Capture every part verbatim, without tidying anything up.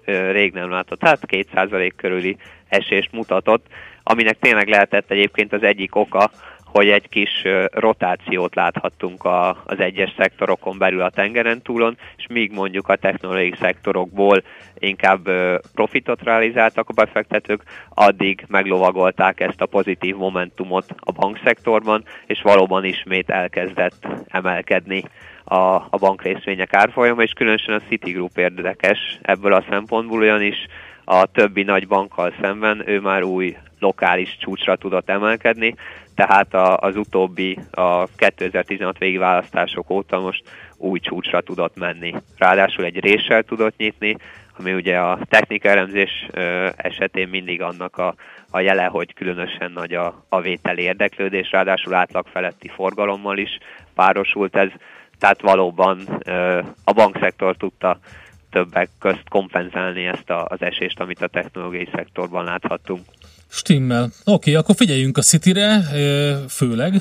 rég nem látott. Tehát két százalék körüli esést mutatott, aminek tényleg lehetett egyébként az egyik oka, hogy egy kis rotációt láthattunk a, az egyes szektorokon belül a tengeren túlon, és míg mondjuk a technológiai szektorokból inkább profitot realizáltak a befektetők, addig meglovagolták ezt a pozitív momentumot a bankszektorban, és valóban ismét elkezdett emelkedni a, a bankrészvények árfolyama, és különösen a Citigroup érdekes ebből a szempontból, ugyanis a többi nagy bankkal szemben ő már új lokális csúcsra tudott emelkedni, tehát az utóbbi a kétezer-tizenhat végi választások óta most új csúcsra tudott menni. Ráadásul egy réssel tudott nyitni, ami ugye a technikai elemzés esetén mindig annak a, a jele, hogy különösen nagy a, a vételi érdeklődés, ráadásul átlag feletti forgalommal is párosult ez, tehát valóban a bankszektor tudta többek közt kompenzálni ezt a, az esést, amit a technológiai szektorban láthattunk. Stimmel. Oké, okay, akkor figyeljünk a Cityre, főleg,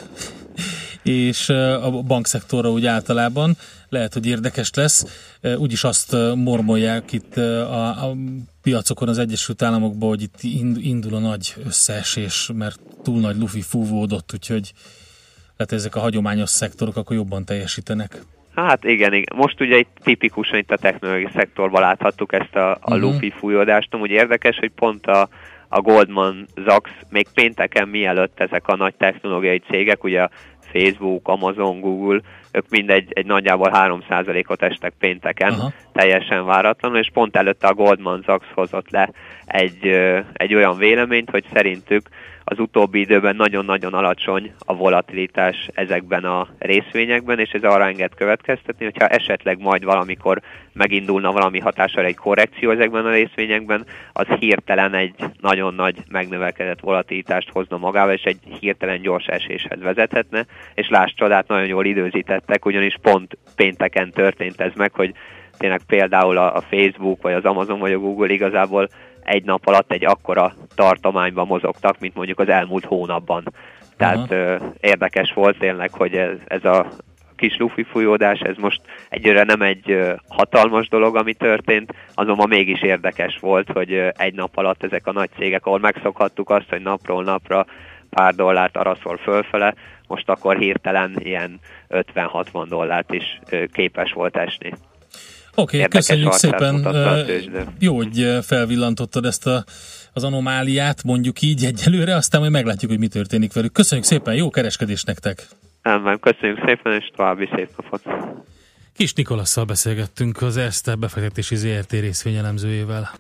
és a bankszektorra úgy általában. Lehet, hogy érdekes lesz. Úgyis azt mormolják itt a, a piacokon az Egyesült Államokban, hogy itt indul a nagy összeesés, mert túl nagy lufi fúvódott, úgyhogy lehet, ezek a hagyományos szektorok akkor jobban teljesítenek. Hát igen, igen. Most ugye itt tipikusan itt a technológiai szektorban láthattuk ezt a, a uh-huh. lufi fújódást. Úgy érdekes, hogy pont a a Goldman Sachs még pénteken mielőtt ezek a nagy technológiai cégek, ugye a Facebook, Amazon, Google, ők mindegy egy nagyjából három százalékot estek pénteken, aha. teljesen váratlanul, és pont előtte a Goldman Sachs hozott le egy, egy olyan véleményt, hogy szerintük az utóbbi időben nagyon-nagyon alacsony a volatilitás ezekben a részvényekben, és ez arra enged következtetni, hogyha esetleg majd valamikor megindulna valami hatására egy korrekció ezekben a részvényekben, az hirtelen egy nagyon nagy megnövekedett volatilitást hozna magával, és egy hirtelen gyors eséshez vezethetne, és láss csodát, nagyon jól időzítettek, ugyanis pont pénteken történt ez meg, hogy tényleg például a Facebook, vagy az Amazon, vagy a Google igazából egy nap alatt egy akkora tartományban mozogtak, mint mondjuk az elmúlt hónapban. Tehát ö, érdekes volt tényleg, hogy ez, ez a kis lufi fújódás, ez most egyre nem egy ö, hatalmas dolog, ami történt, azonban mégis érdekes volt, hogy ö, egy nap alatt ezek a nagy cégek, ahol megszokhattuk azt, hogy napról napra pár dollárt araszol fölfele, most akkor hirtelen ilyen ötven-hatvan dollárt is ö, képes volt esni. Oké, okay, köszönjük szépen. Jó, hogy felvillantottad ezt a, az anomáliát, mondjuk így egyelőre, aztán majd meglátjuk, hogy mi történik velük. Köszönjük szépen, jó kereskedést nektek! Nem, köszönjük szépen, és további szép napot! Kis Nikolasszal beszélgettünk, az Erste befektetési zé er té részvényelemzőjével.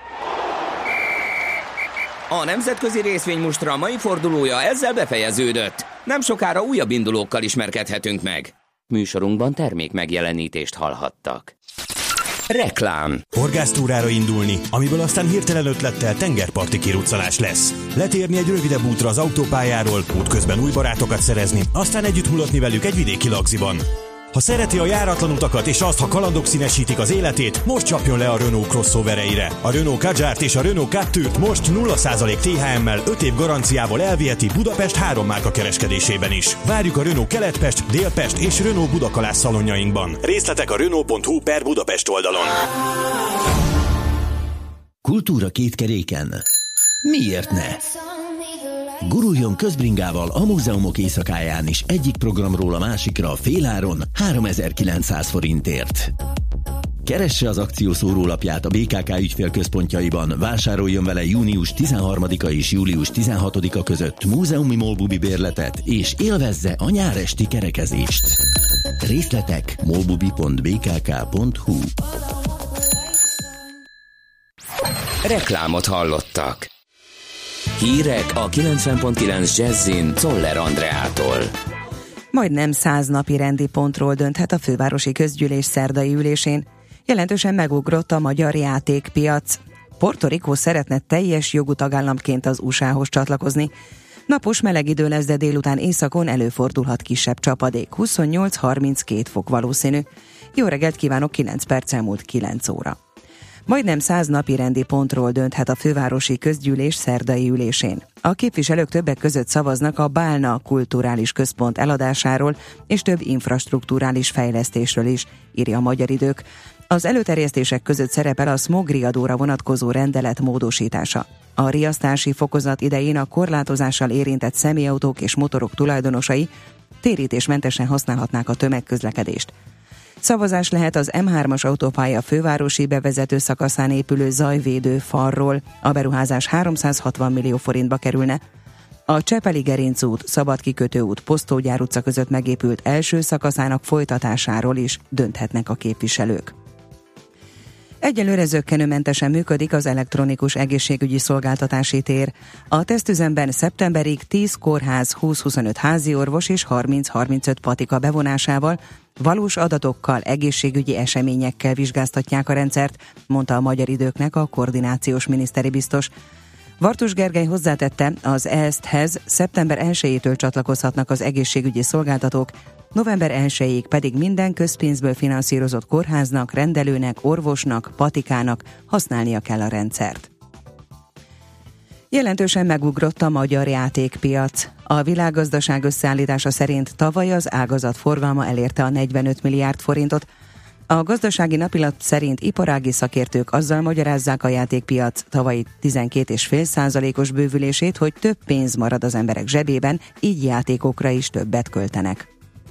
A nemzetközi részvénymustra mai fordulója ezzel befejeződött. Nem sokára újabb indulókkal ismerkedhetünk meg. Műsorunkban termék megjelenítést hallhattak. Reklám. Horgásztúrára indulni, amiből aztán hirtelen ötlettel tengerparti kiruccanás lesz. Letérni egy rövidebb útra az autópályáról, útközben új barátokat szerezni, aztán együtt mulatni velük egy vidéki lagziban. Ha szereti a járatlan utakat és azt, ha kalandok színesítik az életét, most csapjon le a Renault crossovereire. A Renault Kadjart és a Renault Captur-t most nulla százalék té há em-mel öt év garanciával elviheti Budapest három márka kereskedésében is. Várjuk a Renault Keletpest, Délpest és Renault Budakalász szalonjainkban. Részletek a renault pont hu per Budapest oldalon. Kultúra két keréken. Miért ne? Guruljon közbringával a múzeumok éjszakáján is egyik programról a másikra féláron háromezer-kilencszáz forintért. Keresse az akció szórólapját a bé ká ká ügyfélközpontjaiban, vásároljon vele június tizenharmadika és július tizenhatodika között múzeumi molbubi bérletet, és élvezze a nyáresti kerekezést. Részletek molbubi pont bé ká ká pont hu. Reklámot hallottak. Hírek a kilencven pont kilenc Jazzin Czoller Andreától. Majdnem száz napi rendi pontról dönthet a fővárosi közgyűlés szerdai ülésén. Jelentősen megugrott a magyar játékpiac. Puerto Rico szeretne teljes jogú tagállamként az u es á-hoz csatlakozni. Napos meleg idő lesz, de délután északon előfordulhat kisebb csapadék. huszonnyolc-harminckét fok valószínű. Jó reggelt kívánok, kilenc perc elmúlt kilenc óra. Majdnem száz napi rendi pontról dönthet a fővárosi közgyűlés szerdai ülésén. A képviselők többek között szavaznak a Bálna Kulturális Központ eladásáról és több infrastrukturális fejlesztésről is, írja a Magyar Idők. Az előterjesztések között szerepel a smogriadóra vonatkozó rendelet módosítása. A riasztási fokozat idején a korlátozással érintett személyautók és motorok tulajdonosai térítésmentesen használhatnák a tömegközlekedést. Szavazás lehet az M hármas autópálya fővárosi bevezető szakaszán épülő zajvédő falról. A beruházás háromszázhatvan millió forintba kerülne. A Csepeli Gerinc út, Szabadkikötő út, Posztógyár utca között megépült első szakaszának folytatásáról is dönthetnek a képviselők. Egyelőre zökkenőmentesen működik az elektronikus egészségügyi szolgáltatási tér. A tesztüzemben szeptemberig tíz kórház, húsz-huszonöt háziorvos és harminc-harmincöt patika bevonásával, valós adatokkal, egészségügyi eseményekkel vizsgáztatják a rendszert, mondta a Magyar Időknek a koordinációs miniszteri biztos. Vartus Gergely hozzátette, az é e es té-hez szeptember elsejétől csatlakozhatnak az egészségügyi szolgáltatók, november elsejéig pedig minden közpénzből finanszírozott kórháznak, rendelőnek, orvosnak, patikának használnia kell a rendszert. Jelentősen megugrott a magyar játékpiac. A világgazdaság összeállítása szerint tavaly az ágazat forgalma elérte a negyvenöt milliárd forintot. A gazdasági napilap szerint iparági szakértők azzal magyarázzák a játékpiac tavalyi tizenkét egész öt százalékos bővülését, hogy több pénz marad az emberek zsebében, így játékokra is többet költenek.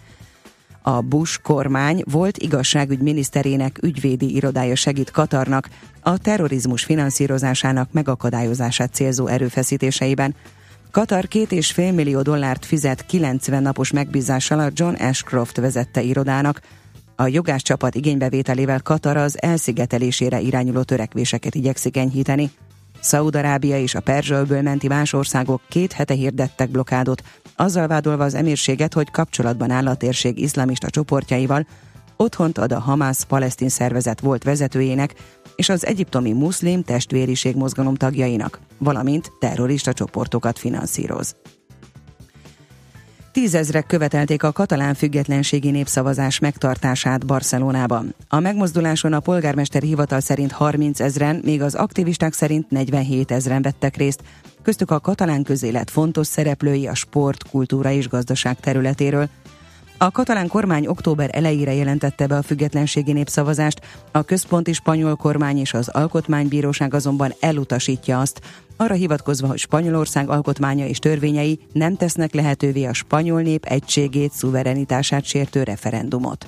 A Bush kormány volt igazságügyminiszterének ügyvédi irodája segít Katarnak a terrorizmus finanszírozásának megakadályozását célzó erőfeszítéseiben. Katar két és fél millió dollárt fizet kilencven napos megbízással a John Ashcroft vezette irodának. A jogász csapat igénybevételével Katar az elszigetelésére irányuló törekvéseket igyekszik enyhíteni. Szaúd-Arábia és a Perzsa-öböl menti más országok két hete hirdettek blokádot, azzal vádolva az emírséget, hogy kapcsolatban áll a térség iszlamista csoportjaival, otthont ad a Hamász palesztin szervezet volt vezetőjének és az egyiptomi muszlim testvériség mozgalom tagjainak, valamint terrorista csoportokat finanszíroz. Tízezrek követelték a katalán függetlenségi népszavazás megtartását Barcelonában. A megmozduláson a polgármester hivatal szerint harminc ezren, míg az aktivisták szerint negyvenhét ezren vettek részt, köztük a katalán közélet fontos szereplői a sport, kultúra és gazdaság területéről. A katalán kormány október elejére jelentette be a függetlenségi népszavazást, a központi spanyol kormány és az alkotmánybíróság azonban elutasítja azt, arra hivatkozva, hogy Spanyolország alkotmánya és törvényei nem tesznek lehetővé a spanyol nép egységét, szuverenitását sértő referendumot.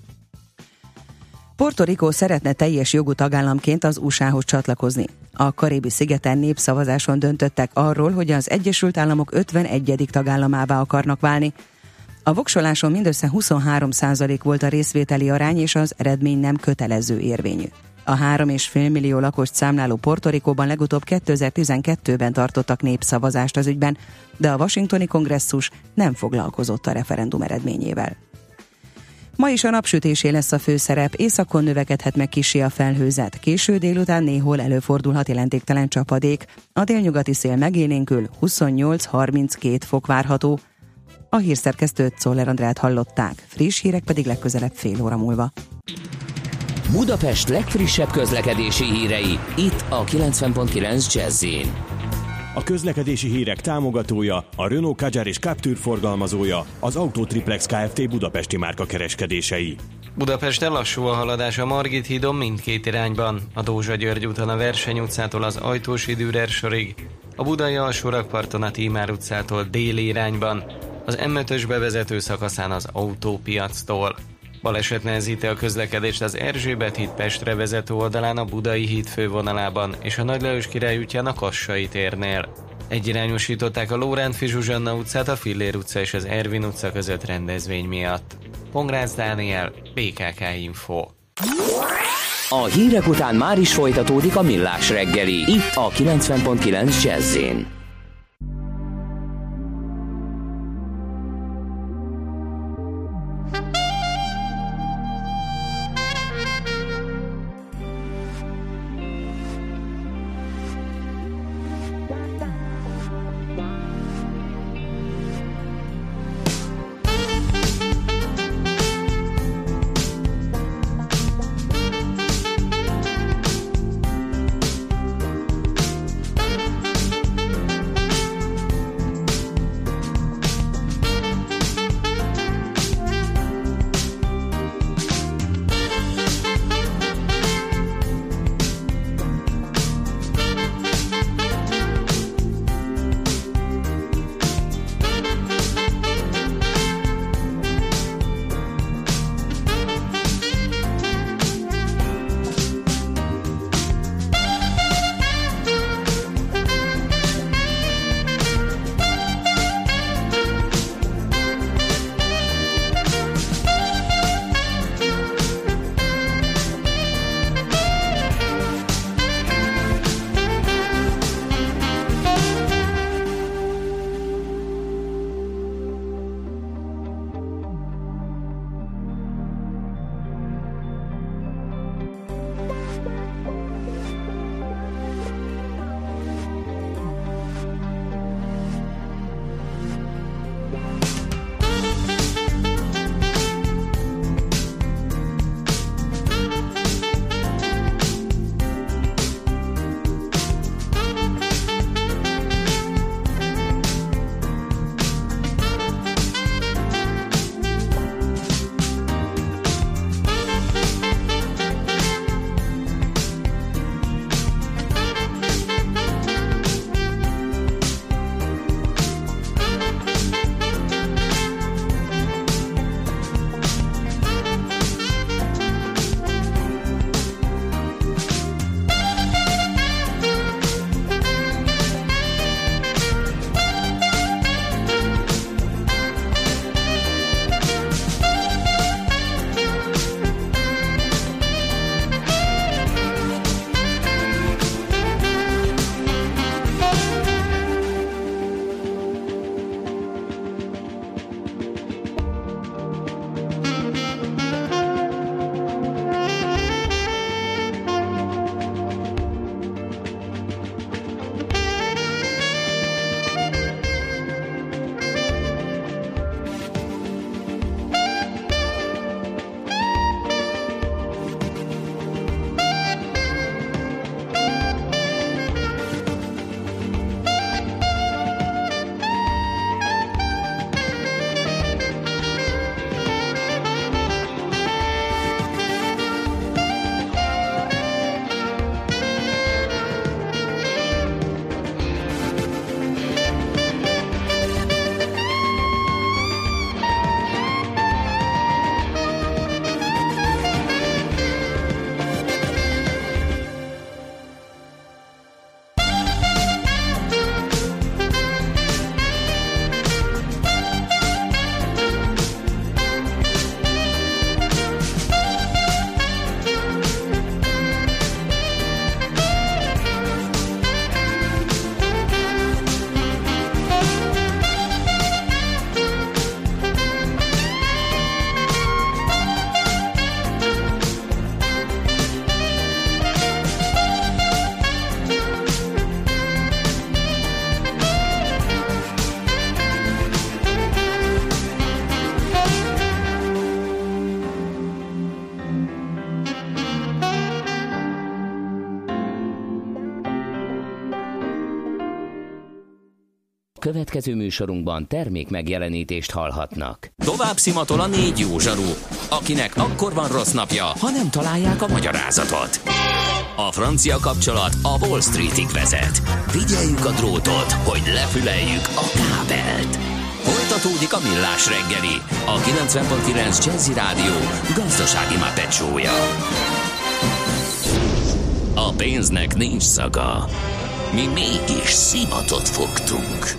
Puerto Rico szeretne teljes jogú tagállamként az u es á-hoz csatlakozni. A Karibi-szigeten népszavazáson döntöttek arról, hogy az Egyesült Államok ötvenegyedik tagállamává akarnak válni. A voksoláson mindössze huszonhárom százalék volt a részvételi arány, és az eredmény nem kötelező érvényű. A három és fél millió lakost számláló Puerto Ricóban legutóbb kétezer-tizenkettőben tartottak népszavazást az ügyben, de a washingtoni kongresszus nem foglalkozott a referendum eredményével. Ma is a napsütésé lesz a főszerep, északon növekedhet meg kissé a felhőzet, késő délután néhol előfordulhat jelentéktelen csapadék, a délnyugati szél megélénkül, huszonnyolc-harminckét fok várható. A hírszerkesztőt, Czoller Andrát hallották, friss hírek pedig legközelebb fél óra múlva. Budapest legfrissebb közlekedési hírei, itt a kilencven pont kilenc Jazz-in. A közlekedési hírek támogatója, a Renault Kadjar és Captur forgalmazója, az Autotriplex Kft. Budapesti márka kereskedései. Budapesten lassú a haladás a Margit hídon mindkét irányban, a Dózsa-György úton a Verseny utcától az Ajtósi Dürer sorig, a Budai alsórakparton a Tímár utcától déli irányban, az em ötös bevezető szakaszán az Autópiactól. Baleset nehezíti a közlekedést az Erzsébet híd Pestre vezető oldalán a Budai híd fővonalában és a Nagy Lajos Király útján a Kassai térnél. Egyirányosították a Lórántfi Zsuzsanna utcát a Fillér utca és az Ervin utca között rendezvény miatt. Pongrácz Dániel, bé ká ká Info. A hírek után már is folytatódik a Millás reggeli, itt a kilencven pont kilenc Jazz-in. Következő műsorunkban termék megjelenítést hallhatnak. Tovább szimatol a négy jó zsaru, akinek akkor van rossz napja, ha nem találják a magyarázatot. A francia kapcsolat a Wall Streetig vezet. Figyeljük a drótot, hogy lefüleljük a kábelt. Folytatódik a Millás reggeli, a kilencven pont kilenc Jazzy Rádió gazdasági mápecsója. A pénznek nincs szaga. Mi mégis szimatot fogtunk.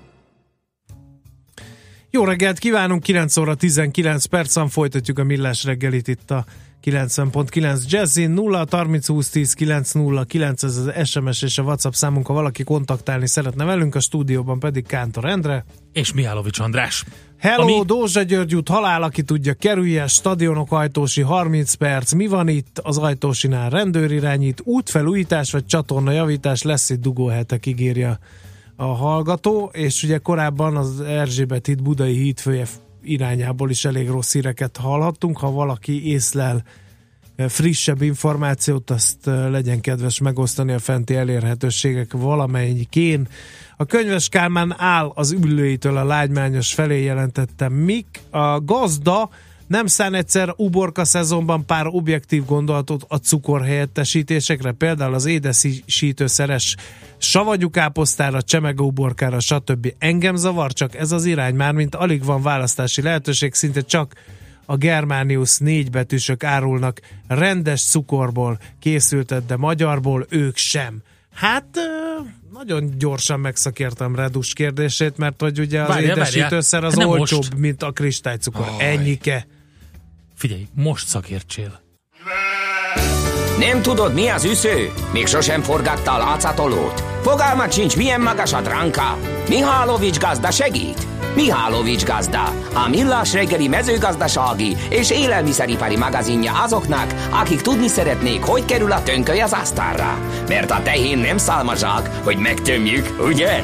Jó reggelt kívánunk, kilenc óra tizenkilenc percen folytatjuk a Millás reggelit itt a kilencven pont kilenc Jazzin. Nulla harminc húsz tíz kilenc nulla kilenc, ez az es em es és a WhatsApp számunk, ha valaki kontaktálni szeretne velünk, a stúdióban pedig Kántor Endre és Mihálovics András. Hello, Ami... Dózsa György út, halál, aki tudja, kerülje, stadionok, Ajtósi harminc perc, mi van itt? Az Ajtósinál rendőrirányít, útfelújítás vagy csatorna javítás, lesz itt dugóhetek, ígérje a hallgató, és ugye korábban az Erzsébet híd budai hídfője irányából is elég rossz híreket hallhattunk. Ha valaki észlel frissebb információt, azt legyen kedves megosztani a fenti elérhetőségek valamelyikén. A Könyves Kálmán áll az üllőitől a Lágymányos felé, jelentette Mik. A gazda nem szán egyszer uborka szezonban pár objektív gondolatot a cukorhelyettesítésekre, például az édesítőszeres savanyú káposztára, csemege uborkára, stb. Engem zavar csak ez az irány, mármint alig van választási lehetőség, szinte csak a Germánius négy betűsök árulnak rendes cukorból készültet, de magyarból ők sem. Hát nagyon gyorsan megszakértem Redus kérdését, mert hogy ugye az várja, édesítőszer az hát olcsóbb, most. Mint a kristálycukor. Oh, ennyike. Figyelj, most szakértsél. Nem tudod, mi az üsző? Még sosem forgatta a látszatolót? Fogalmat sincs, milyen magas a dránka? Mihálovics gazda segít? Mihálovics gazda, a Millás reggeli mezőgazdasági és élelmiszeripari magazinja azoknak, akik tudni szeretnék, hogy kerül a tönköly az asztalra. Mert a tehén nem szálmazsák, hogy megtömjük, ugye?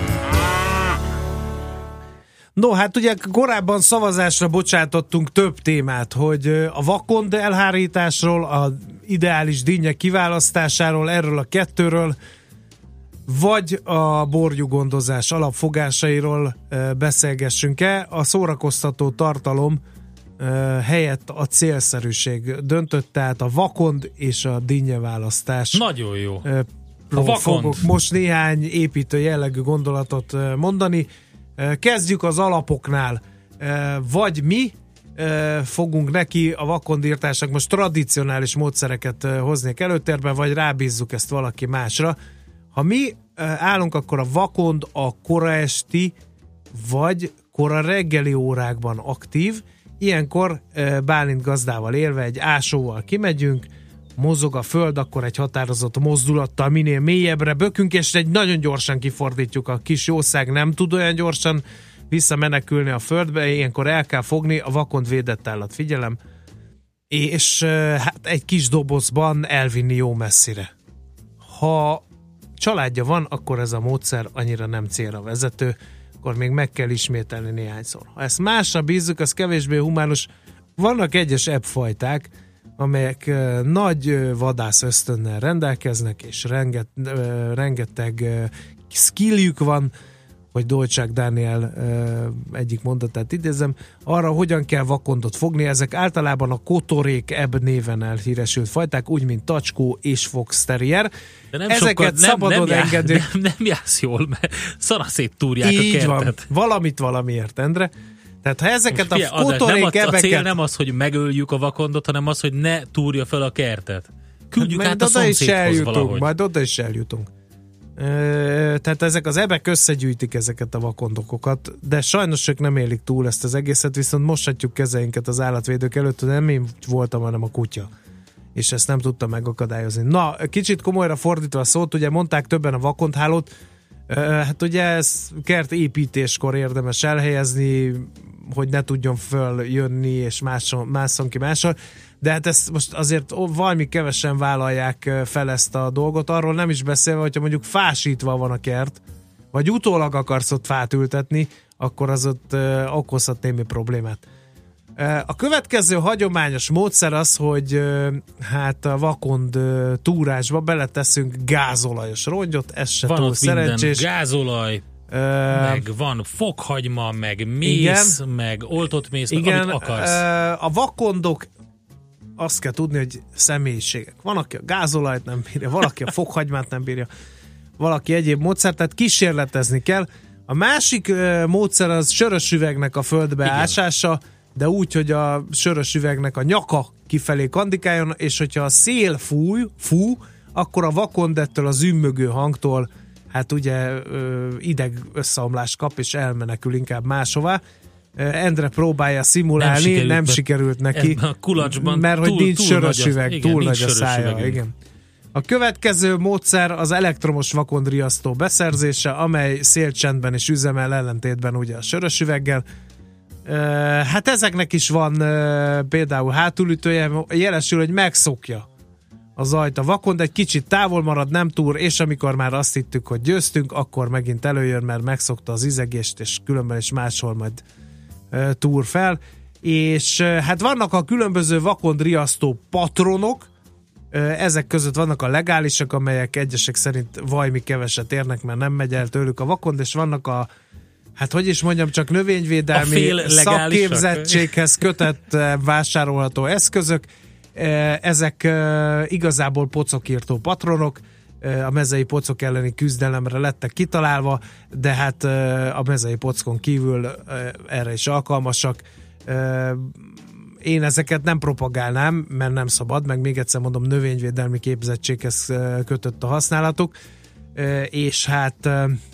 No, hát ugye korábban szavazásra bocsátottunk több témát, hogy a vakond elhárításról, a ideális dinnyek kiválasztásáról, erről a kettőről, vagy a borjúgondozás alapfogásairól beszélgessünk-e. A szórakoztató tartalom helyett a célszerűség döntött, tehát a vakond és a dinnyeválasztás. Nagyon jó. A vakond. Fogok most néhány építő jellegű gondolatot mondani. Kezdjük az alapoknál. Vagy mi fogunk neki a vakondírtásnak most tradicionális módszereket hoznék előtérbe, vagy rábízzuk ezt valaki másra. Ha mi állunk, akkor a vakond a kora esti vagy kora reggeli órákban aktív. Ilyenkor Bálint gazdával élve egy ásóval kimegyünk, mozog a föld, akkor egy határozott mozdulattal minél mélyebbre bökünk, és egy nagyon gyorsan kifordítjuk. A kis jószág nem tud olyan gyorsan visszamenekülni a földbe, ilyenkor el kell fogni, a vakond védett állat, figyelem, és hát egy kis dobozban elvinni jó messzire. Ha családja van, akkor ez a módszer annyira nem célra vezető, akkor még meg kell ismételni néhányszor. Ha ezt másra bízzuk, az kevésbé humánus. Vannak egyes ebbfajták, amelyek uh, nagy uh, vadász ösztönnel rendelkeznek, és renget, uh, rengeteg uh, skilljük van, hogy Dolcsák Dániel uh, egyik mondatát idézem, arra hogyan kell vakondot fogni. Ezek általában a kotorék ebb néven elhíresült fajták, úgy, mint tacskó és fox terrier. Ezeket sokkal, szabadon nem, nem engedni. Nem, nem jársz jól, mert szanaszét túrják a kertet. Van. Valamit valamiért, Endre. Tehát ha ezeket most a kotorék ebeket... A cél nem az, hogy megöljük a vakondot, hanem az, hogy ne túrja fel a kertet. Küldjük hát át a szomszédhoz valahogy. Majd oda is eljutunk. E, tehát ezek az ebek összegyűjtik ezeket a vakondokokat, de sajnos ők nem élik túl ezt az egészet, viszont moshatjuk kezeinket az állatvédők előtt, hogy nem én voltam, hanem a kutya. És ezt nem tudtam megakadályozni. Na, kicsit komolyra fordítva a szót, ugye mondták többen a vakondhálót, hát ugye ez kertépítéskor érdemes elhelyezni, hogy ne tudjon följönni és máson, másszon ki máshol, de hát ezt most azért valami kevesen vállalják fel ezt a dolgot, arról nem is beszélve, hogyha mondjuk fásítva van a kert, vagy utólag akarsz ott fát ültetni, akkor az ott okozhat némi problémát. A következő hagyományos módszer az, hogy hát a vakond túrásba beleteszünk gázolajos rongyot, ez se van túl ott szerencsés. Minden. Gázolaj, Meg van fokhagyma, meg mész, igen, meg oltott mész, igen, amit akarsz. A vakondok, azt kell tudni, hogy személyiségek. Van, aki a gázolajt nem bírja, valaki a fokhagymát nem bírja, valaki egyéb módszer, tehát kísérletezni kell. A másik uh, módszer az sörös üvegnek a földbe igen. ásása, de úgy, hogy a sörös üvegnek a nyaka kifelé kandikáljon, és hogyha a szél fúj, fú, akkor a vakond ettől az ümmögő hangtól hát ugye ö, ideg összeomlást kap, és elmenekül inkább máshová. Endre próbálja szimulálni, nem sikerült, nem sikerült neki, a kulacsban mert túl, hogy nincs túl sörös üveg, igen, túl nagy a szája. Igen. A következő módszer az elektromos vakondriasztó beszerzése, amely szélcsendben is üzemel, ellentétben ugye a sörös üveggel. Uh, hát ezeknek is van uh, például hátulütője, jelesül, hogy megszokja a zajt a vakond, egy kicsit távol marad, nem túr, és amikor már azt hittük, hogy győztünk, akkor megint előjön, mert megszokta az izegést, és különben is máshol majd uh, túr fel. És uh, hát vannak a különböző vakondriasztó patronok, uh, ezek között vannak a legálisak, amelyek egyesek szerint vajmi keveset érnek, mert nem megy el tőlük a vakond, és vannak a hát hogy is mondjam, csak növényvédelmi szakképzettséghez kötett vásárolható eszközök. Ezek igazából pocokírtó patronok, a mezei pocok elleni küzdelemre lettek kitalálva, de hát a mezei pockon kívül erre is alkalmasak. Én ezeket nem propagálnám, mert nem szabad, meg még egyszer mondom, növényvédelmi képzettséghez kötött a használatuk, és hát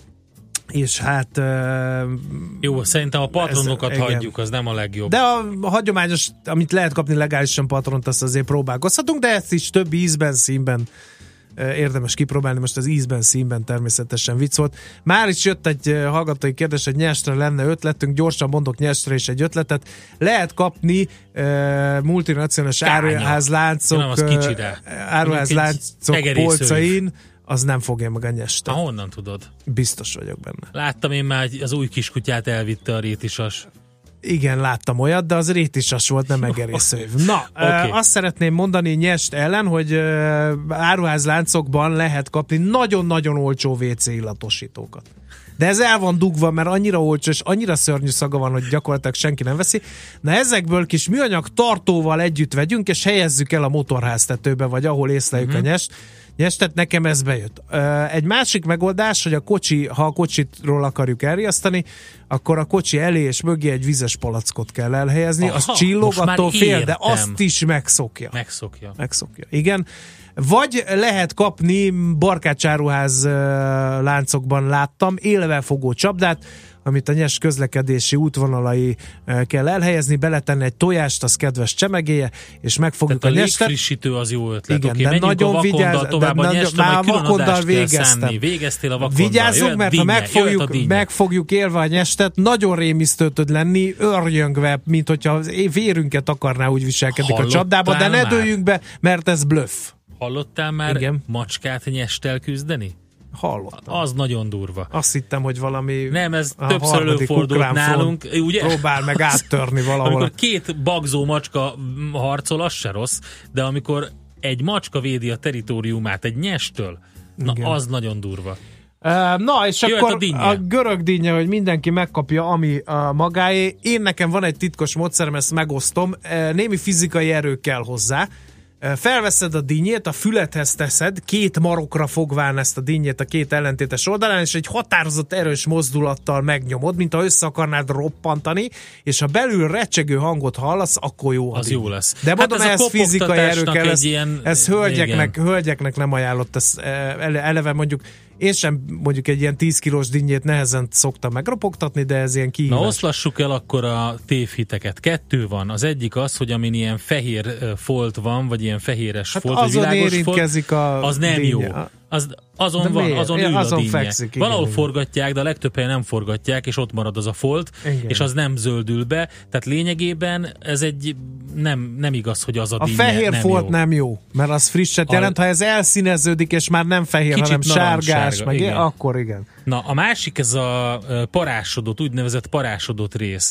és hát... Uh, Jó, szerintem a patronokat ez, hagyjuk, az nem a legjobb. De a, a hagyományos, amit lehet kapni legálisan patront, azt azért próbálkozhatunk, de ezt is több ízben, színben uh, érdemes kipróbálni, most az ízben, színben természetesen vicc volt. Már is jött egy uh, hallgatói kérdés, hogy nyestre lenne ötletünk, gyorsan mondok nyestre is egy ötletet. Lehet kapni uh, multinacionális áruházláncok uh, áruházláncok polcain, az nem fogja meg a nyestet. Ha, honnan tudod? Biztos vagyok benne. Láttam én már, az új kiskutyát elvitte a rétisas. Igen, láttam olyat, de az rétisas volt, nem egerészőv. Na, okay. uh, azt szeretném mondani nyest ellen, hogy uh, áruházláncokban lehet kapni nagyon-nagyon olcsó vé cé illatosítókat. De ez el van dugva, mert annyira olcsó, és annyira szörnyű szaga van, hogy gyakorlatilag senki nem veszi. Na ezekből kis műanyag tartóval együtt vegyünk, és helyezzük el a motorháztetőbe, vagy ahol észleljük mm-hmm. a nyest. Nyestet, nekem ez bejött. Egy másik megoldás, hogy a kocsi, ha a kocsitról akarjuk elriasztani, akkor a kocsi elé és mögé egy vizes palackot kell elhelyezni. Aha, az csillog, attól fél, de azt is megszokja. Megszokja. Megszokja, igen. Vagy lehet kapni, barkácsáruház láncokban láttam, élvelfogó csapdát, amit a nyers közlekedési útvonalai kell elhelyezni, beletenni egy tojást, az kedves csemegéje, és megfogjuk tehát a nyestet. A légfrissítő az jó ötlet. Igen, okay, de nagyon vigyázz, tovább de a nyestre, már majd külön adást végeztem. Szánni. Végeztél a vakonddal. Vigyázzunk, mert dínye, ha megfogjuk, megfogjuk élve a nyestet, nagyon rémisztő tud lenni, örjöngve, mint hogyha vérünket akarná, úgy viselkedik Hallottál a csapdába, de ne már? dőljünk be, mert ez bluff. Hallottál már igen. macskát nyesttel küzdeni? Hallottam. Az nagyon durva. Azt hittem, hogy valami nem, ez többször előfordult nálunk. Ugye? Próbál meg áttörni valahol. Amikor két bagzó macska harcol, az se rossz, de amikor egy macska védi a teritoriumát egy nyestől, na igen. az nagyon durva. Uh, na, és jöhet akkor a, a görög dinnye, hogy mindenki megkapja, ami a magáé. Én nekem van egy titkos módszerem, ezt megosztom. Uh, némi fizikai erő kell hozzá. Felveszed a dinnyét, a fülethez teszed, két marokra fogván ezt a dinnyét a két ellentétes oldalán, és egy határozott erős mozdulattal megnyomod, mint ha össze akarnád roppantani, és ha belül recsegő hangot hallasz, akkor jó. Az jó lesz. De mondom, hát ez, ez fizikai erő kell, ez, ilyen, ez hölgyeknek, hölgyeknek nem ajánlott, ez eleve mondjuk én sem mondjuk egy ilyen tíz kilós dinnyét nehezen szoktam megropogtatni, de ez ilyen kihívás. Na oszlassuk el akkor a tévhiteket. Kettő van. Az egyik az, hogy amin ilyen fehér folt van, vagy ilyen fehéres hát folt, vagy világos folt, a az nem dinnye. jó. Az, azon de van, miért? azon ül azon a dinnye. Fekszik, igen, Valahol igen. forgatják, de a legtöbb helyen nem forgatják, és ott marad az a folt, igen. és az nem zöldül be. Tehát lényegében ez egy nem, nem igaz, hogy az a, a dinnye fehér nem folt jó. nem jó, mert az frisset jelent, a... ha ez elszíneződik, és már nem fehér, kicsit hanem sárgás, meg igen. akkor igen. Na, a másik ez a parásodott, úgynevezett parásodott rész.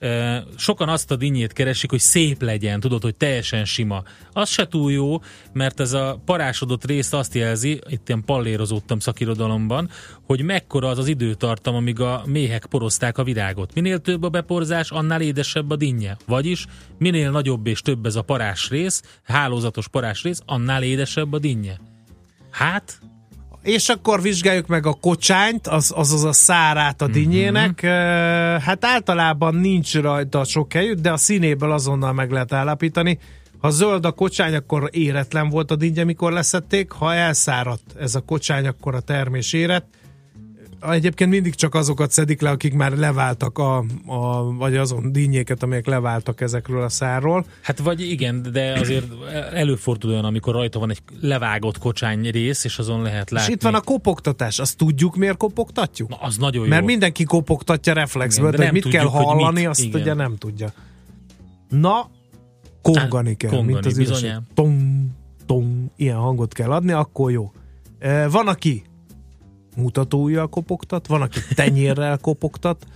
Sokan azt a dinnyét keresik, hogy szép legyen, tudod, hogy teljesen sima. Az se túl jó, mert ez a parásodott rész azt jelzi, itt ilyen pallérozódtam szakirodalomban, hogy mekkora az az időtartam, amíg a méhek porozták a virágot. Minél több a beporzás, annál édesebb a dinnye. Vagyis minél nagyobb és több ez a parás rész, hálózatos parás rész, annál édesebb a dinnye. Hát... És akkor vizsgáljuk meg a kocsányt, az, azaz a szárát a dinnyének. Mm-hmm. Hát általában nincs rajta sok helyük, de a színéből azonnal meg lehet állapítani. Ha zöld a kocsány, akkor éretlen volt a dinnye, mikor leszették. Ha elszáradt ez a kocsány, akkor a termés érett. Egyébként mindig csak azokat szedik le, akik már leváltak, a, a, vagy azon dinnyéket, amelyek leváltak ezekről a szárról. Hát vagy igen, de azért előfordul olyan, amikor rajta van egy levágott kocsány rész, és azon lehet látni. És itt van a kopogtatás, azt tudjuk, miért kopogtatjuk? Na, az nagyon jó. Mert mindenki kopogtatja reflexből, de, de mit tudjuk, kell hallani, mit. Azt igen. Ugye nem tudja. Na, kongani kell, kongani, mint az üreség. Tom, tom, ilyen hangot kell adni, akkor jó. E, van, aki mutatóujjal kopogtat, van, aki tenyérrel kopogtat,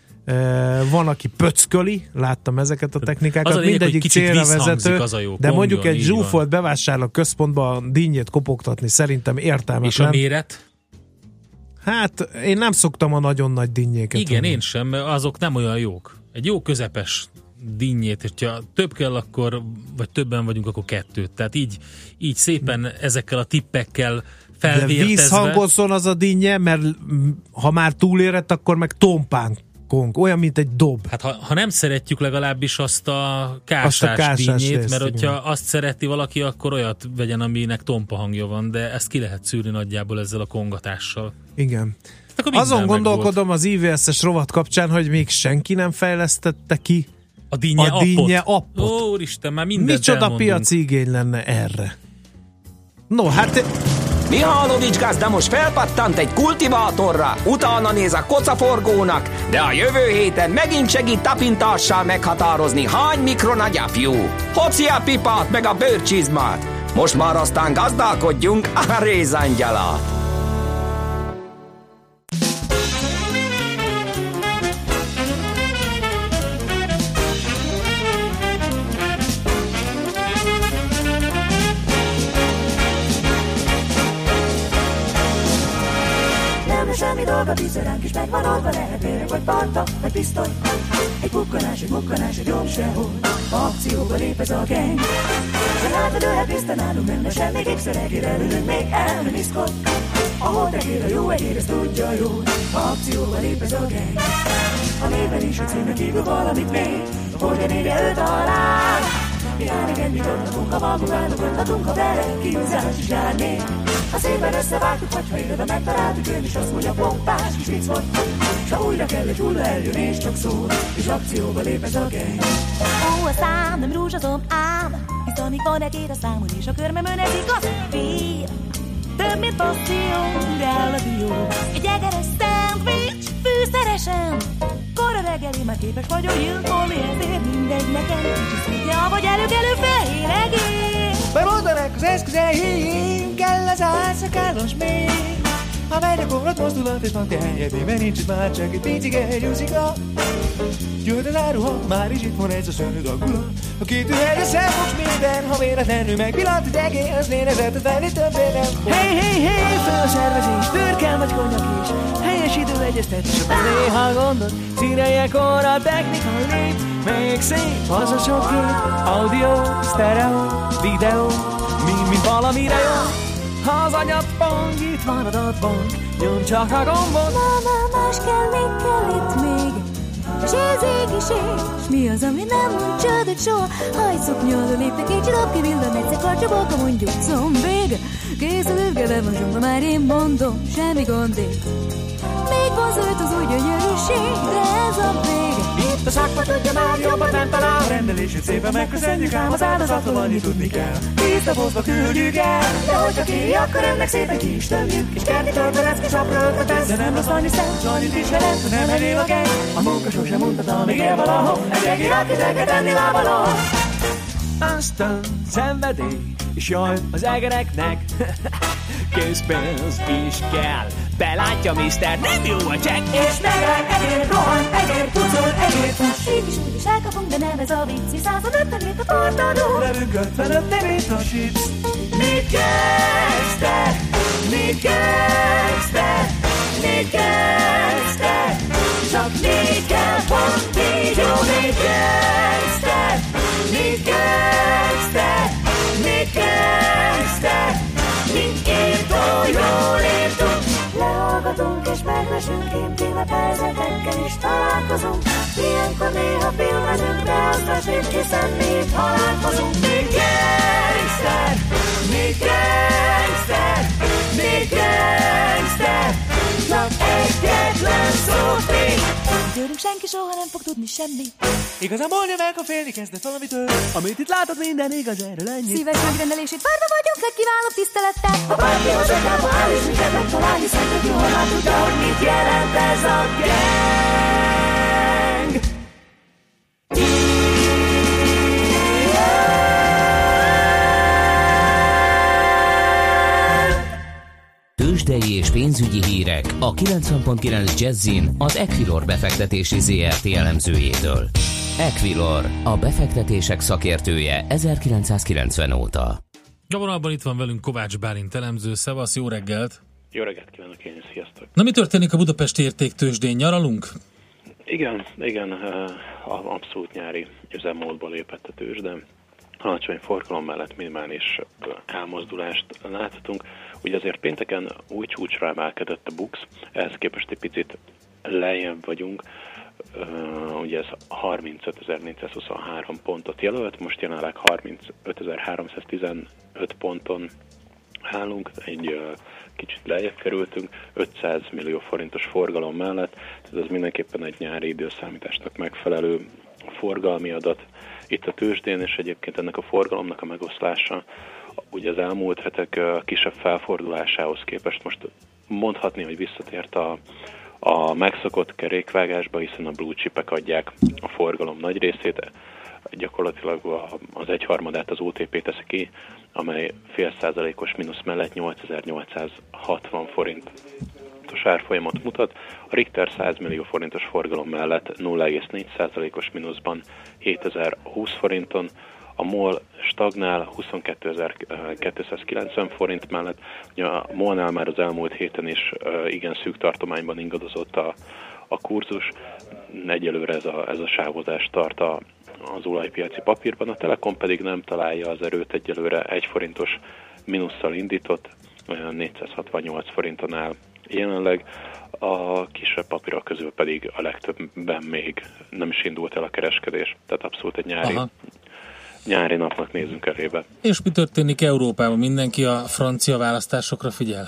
van, aki pöcköli, láttam ezeket a technikákat, lényeg, mindegyik célra vezető, az jó, de mondjuk egy zsúfolt bevásárló központban dinnyét kopogtatni szerintem értelmetlen. És a méret? Hát én nem szoktam a nagyon nagy dinnyéket. Igen, venni. Én sem, azok nem olyan jók. Egy jó közepes dinnyét, hogyha több kell, akkor, vagy többen vagyunk, akkor kettőt. Tehát így, így szépen ezekkel a tippekkel felvértezve. De vízhangozzon az a dinnye, mert ha már túlérett, akkor meg tompán kong, olyan, mint egy dob. Hát ha, ha nem szeretjük legalábbis azt a kásás, azt a kásás dinnyét, részt, mert hogyha igen. azt szereti valaki, akkor olyat vegyen, aminek tompa hangja van, de ezt ki lehet szűrni nagyjából ezzel a kongatással. Igen. Azon gondolkodom az í vé es-es rovat kapcsán, hogy még senki nem fejlesztette ki a dinnye, a dinnye appot. appot. Ó, Úristen, már mindent micsoda elmondunk. Piaci igény lenne erre? No, hát... Mihálovics gazda most felpattant egy kultivátorra, utána néz a kocaforgónak, de a jövő héten megint segít tapintással meghatározni, hány mikron a gyapjú. Hoci a pipát meg a bőrcsizmát. Most már aztán gazdálkodjunk a rézangyalát. Semmi dolga, vízeránk is megvan oldva, lehet méreg vagy parta, vagy pisztoly. Egy bukkanás, egy bukkanás, egy jobb sehol, akcióba lép ez a gang. De látod, ő tisztán állunk, nem lesz semmi kékszeregére, előlünk még elmeniszkod. Ahol tegér a jó egér, ezt tudja jól, akcióba lép ez a gang. A néven is a címnek kívül valamit még, hogy a nége ő talál. Mi áll, mit adhatunk, ha magunk gondolhatunk, ha vele kiúzás is jár még. Ha szépen összevágtuk, vagy ha élve megtaláltuk, ő is azt mondja, pompás kis vicc volt. S ha újra kell, egy hulla eljön és csak szól, és akcióba lép ez a gang. Ó, a szám nem rúzsazom ám, hisz amíg van egy ér a számon, és a körmemön ezik az fér. Több mint passzió, de áll a dió. Egy egeres szendvics, fűszeresen. Kora reggeli, már képes vagyok gyilkolni, ezért mindegy nekem. Kicsi szintja, vagy előkelő fehér egér. Bemoldanak az eszközeim, kell az álszakálos még. Ha megy a korlat mozdulat, és napja helyedében nincs itt már csak egy picike gyúzika. Jöhet az áruha, már is itt van ez a szörnyű dagulat. A két üveg szemfogs minden, ha véletlenül megvillant egy egész lénezetet venni többé nem fog. Hey, hey, hey, föl a szervezés, bőrkám vagy konyak is. Helyes idő egyeztetés, az néha gondot. Színeljekor a technika lép, még szép az a sok kép. Audio, stereo, videó, mind, mind valamire jó. Ha az anyagpont itt van adatban, nyom csak a gombot. Na, na, más kell, még kell itt még. És ez ég is ég. S mi az, ami nem mond csődöt soha? Hajszok nyolva léptek egy csilop, ki villan egyszer karcsabolka, mondjuk combég. Készül ülgeve van zsomba, már én mondom, semmi gondig. Még vonzót az új gyönyörűség, de ez a vég. Itt a szakma tudja már jobban nem talál. Rendelését szépen megköszönjük, ám az áldozatról annyit tudni kell. Tisztapozva küldjük el, de hogyha kéri, akkor ennek szépen ki is tömjük. És kerti törtelesz, kis apró ötletesz, de nem rossz annyi szent, annyit is jelent, hogy nem elél a geny. A munka sosem mutatna, még él valahol, egy egér, aki reggel tenni lábaló. aztán szenvedély, és jaj, az egereknek készpénz is kell. Belátja, miszter, nem jó a csekk. És megáll, egér, rohan, egér, pucol, egér, fuss. Így is úgy is elkapunk, de nem ez a vicc. százötven a portadó. Nevünk ötvenöt, nevét a chips. Mit kezdte? Mit kezdte? Mit kezdte? Csak négy kell, pont négy, jó, mit kezdte? Mit kezdte? Mit kezdte? Mindkét jól értünk. Lehallgatunk és megvesünk, émtéve helyzetekkel is találkozunk. Ilyenkor néha filmezünk, de azt a sét, hiszen még halálkozunk. Még gangster, még gangster, még gangster. Csak egyetlen szót még. Tőlünk senki soha nem fog tudni semmi. Igazából nem el, ha félni kezdett valamitől. Amit itt látod, minden igaz, erről ennyi. Szíves megrendelését várva vagyunk, legkiválóbb tisztelettel. A partihoz ötlába áll, és minket megtalál, hiszen tök jól már tudja, hogy mit jelent ez a gang. Tőzsdei és pénzügyi hírek a kilencven pont kilenc Jazzin az Equilor befektetési zé er té elemzőjétől. Equilor, a befektetések szakértője ezerkilencszázkilencven óta. A vonalban itt van velünk Kovács Bálint elemző. Szevasz, jó reggelt! Jó reggelt kívánok én is, sziasztok! Na, mi történik a Budapesti Értéktőzsdén? Nyaralunk? Igen, igen, abszolút nyári üzemmódba lépett a tőzsde. Alacsony forgalom mellett minimális elmozdulást láthatunk. Ugye azért pénteken új csúcsra emelkedett a BUX, ehhez képest egy picit lejjebb vagyunk. Uh, ugye ez harmincötezer-négyszázhuszonhárom pontot jelölt, most jelenleg harmincötezer-háromszáztizenöt ponton állunk, egy uh, kicsit lejjebb kerültünk, ötszáz millió forintos forgalom mellett, tehát ez mindenképpen egy nyári időszámításnak megfelelő forgalmi adat itt a tőzsdén, és egyébként ennek a forgalomnak a megoszlása ugye az elmúlt hetek uh, kisebb felfordulásához képest most mondhatni, hogy visszatért a a megszokott kerékvágásba, hiszen a blue chipek adják a forgalom nagy részét, gyakorlatilag az egyharmadát az o té pé teszi ki, amely fél százalékos mínusz mellett nyolcezer-nyolcszázhatvan forintos árfolyamot mutat, a Richter száz millió forintos forgalom mellett nulla egész négy százalékos mínuszban hétezer-húsz forinton, a MOL stagnál huszonkétezer-kétszázkilencven forint mellett. Ugye a MOL-nál már az elmúlt héten is igen szűk tartományban ingadozott a, a kurzus. Egyelőre ez a, ez a sávozás tart a, az olajpiaci papírban. A Telekom pedig nem találja az erőt, egyelőre egy forintos mínusszal indított, négyszázhatvannyolc forinton áll jelenleg. A kisebb papírok közül pedig a legtöbben még nem is indult el a kereskedés. Tehát abszolút egy nyári Aha. nyári napnak nézünk elébe. És mi történik Európában? Mindenki a francia választásokra figyel?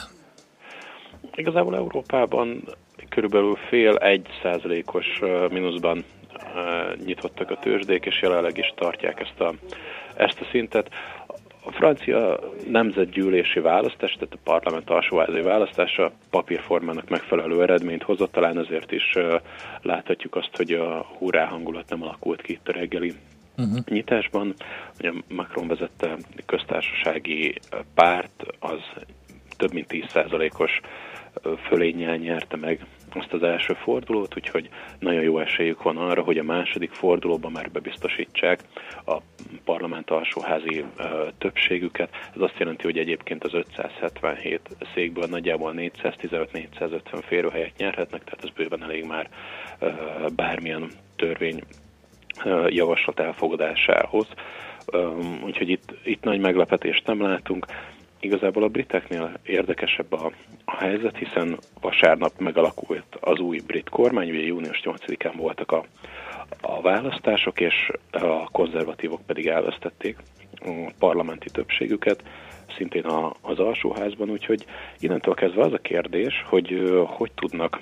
Igazából Európában körülbelül fél egy százalékos mínuszban nyitottak a tőzsdék, és jelenleg is tartják ezt a, ezt a szintet. A francia nemzetgyűlési választás, tehát a parlament alsóházi választása papírformának megfelelő eredményt hozott, talán ezért is láthatjuk azt, hogy a hurrá hangulat nem alakult ki itt a reggeli Uh-huh. nyitásban. Ugye Macron vezette köztársasági párt az több mint tíz százalékos fölénnyel nyerte meg azt az első fordulót, úgyhogy nagyon jó esélyük van arra, hogy a második fordulóban már bebiztosítsák a parlament alsóházi többségüket. Ez azt jelenti, hogy egyébként az ötszázhetvenhét székből nagyjából négyszáztizenöt-négyszázötven férőhelyet nyerhetnek, tehát ez bőven elég már bármilyen törvény javaslat elfogadásához. Úgyhogy itt, itt nagy meglepetést nem látunk. Igazából a briteknél érdekesebb a, a helyzet, hiszen vasárnap megalakult az új brit kormány, ugye június nyolcadikán voltak a, a választások, és a konzervatívok pedig elvesztették a parlamenti többségüket, szintén a, az alsóházban, úgyhogy innentől kezdve az a kérdés, hogy hogy tudnak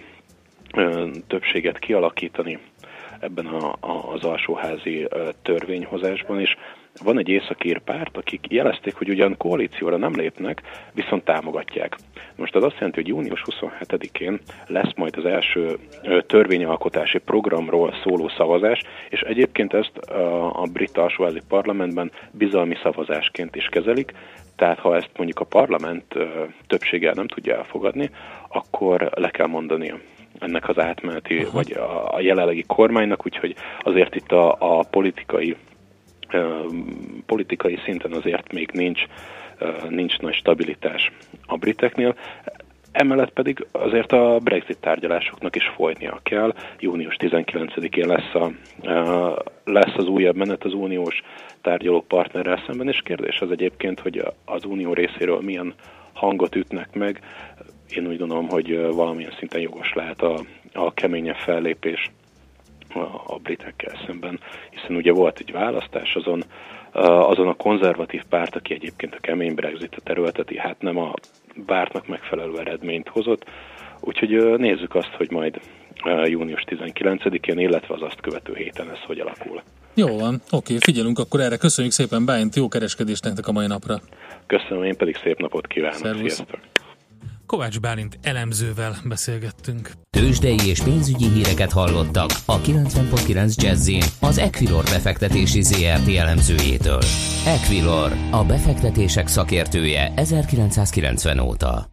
többséget kialakítani ebben a, a, az alsóházi törvényhozásban is. van egy északír párt, akik jelezték, hogy ugyan koalícióra nem lépnek, viszont támogatják. Most az azt jelenti, hogy június huszonhetedikén lesz majd az első törvényalkotási programról szóló szavazás, és egyébként ezt a brit alsóházi parlamentben bizalmi szavazásként is kezelik, tehát ha ezt mondjuk a parlament többséggel nem tudja elfogadni, akkor le kell mondani ennek az átmeneti, Aha. vagy a, a jelenlegi kormánynak, úgyhogy azért itt a, a politikai, uh, politikai szinten azért még nincs, uh, nincs nagy stabilitás a briteknél. Emellett pedig azért a Brexit tárgyalásoknak is folynia kell. június tizenkilencedikén lesz, a, uh, lesz az újabb menet az uniós tárgyaló partnerrel szemben, és kérdés az egyébként, hogy az unió részéről milyen hangot ütnek meg. Én úgy gondolom, hogy valamilyen szinten jogos lehet a, a keményebb fellépés a, a britekkel szemben, hiszen ugye volt egy választás, azon, azon a konzervatív párt, aki egyébként a kemény Brexitet erőlteti, hát nem a vártnak megfelelő eredményt hozott, úgyhogy nézzük azt, hogy majd június tizenkilencedikén, illetve az azt követő héten ez hogy alakul. Jó van, oké, figyelünk akkor erre. Köszönjük szépen, Bálint, jó kereskedést nektek a mai napra. Köszönöm, én pedig szép napot kívánok. Szervusz. Sziasztok! Kovács Bálint elemzővel beszélgettünk. Tőzsdei és pénzügyi híreket hallottak a kilencven pont kilenc Jazzin az Equilor befektetési zé er té elemzőjétől. Equilor, a befektetések szakértője ezerkilencszázkilencven óta.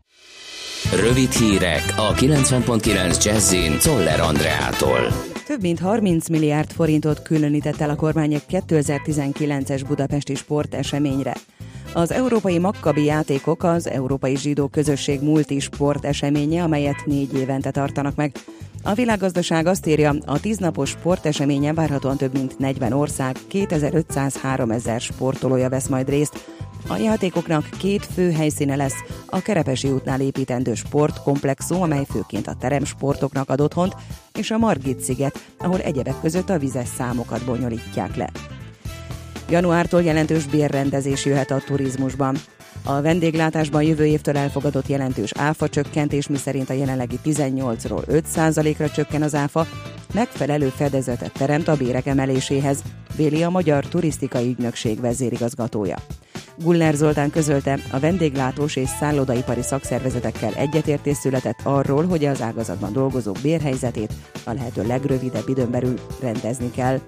Rövid hírek a kilencven pont kilenc Jazzin Czoller Andreától. Több mint harminc milliárd forintot különített el a kormány a kétezer-tizenkilences budapesti sporteseményre. Az Európai Makkabi Játékok az Európai Zsidó Közösség multisport eseménye, amelyet négy évente tartanak meg. A világgazdaság azt írja, a tíznapos sporteseményen várhatóan több mint negyven ország, kétezer-ötszáz-háromezer sportolója vesz majd részt. A játékoknak két fő helyszíne lesz, a Kerepesi útnál építendő sportkomplexum, amely főként a teremsportoknak ad otthont, és a Margit-sziget, ahol egyebek között a vizes számokat bonyolítják le. Januártól jelentős bérrendezés jöhet a turizmusban. A vendéglátásban jövő évtől elfogadott jelentős áfa csökkentés, miszerint a jelenlegi tizennyolcról öt százalékra csökken az áfa, megfelelő fedezetet teremt a bérek emeléséhez, véli a Magyar Turisztikai Ügynökség vezérigazgatója. Guller Zoltán közölte, a vendéglátós és szállodaipari szakszervezetekkel egyetértés született arról, hogy az ágazatban dolgozók bérhelyzetét a lehető legrövidebb időn belül rendezni kell.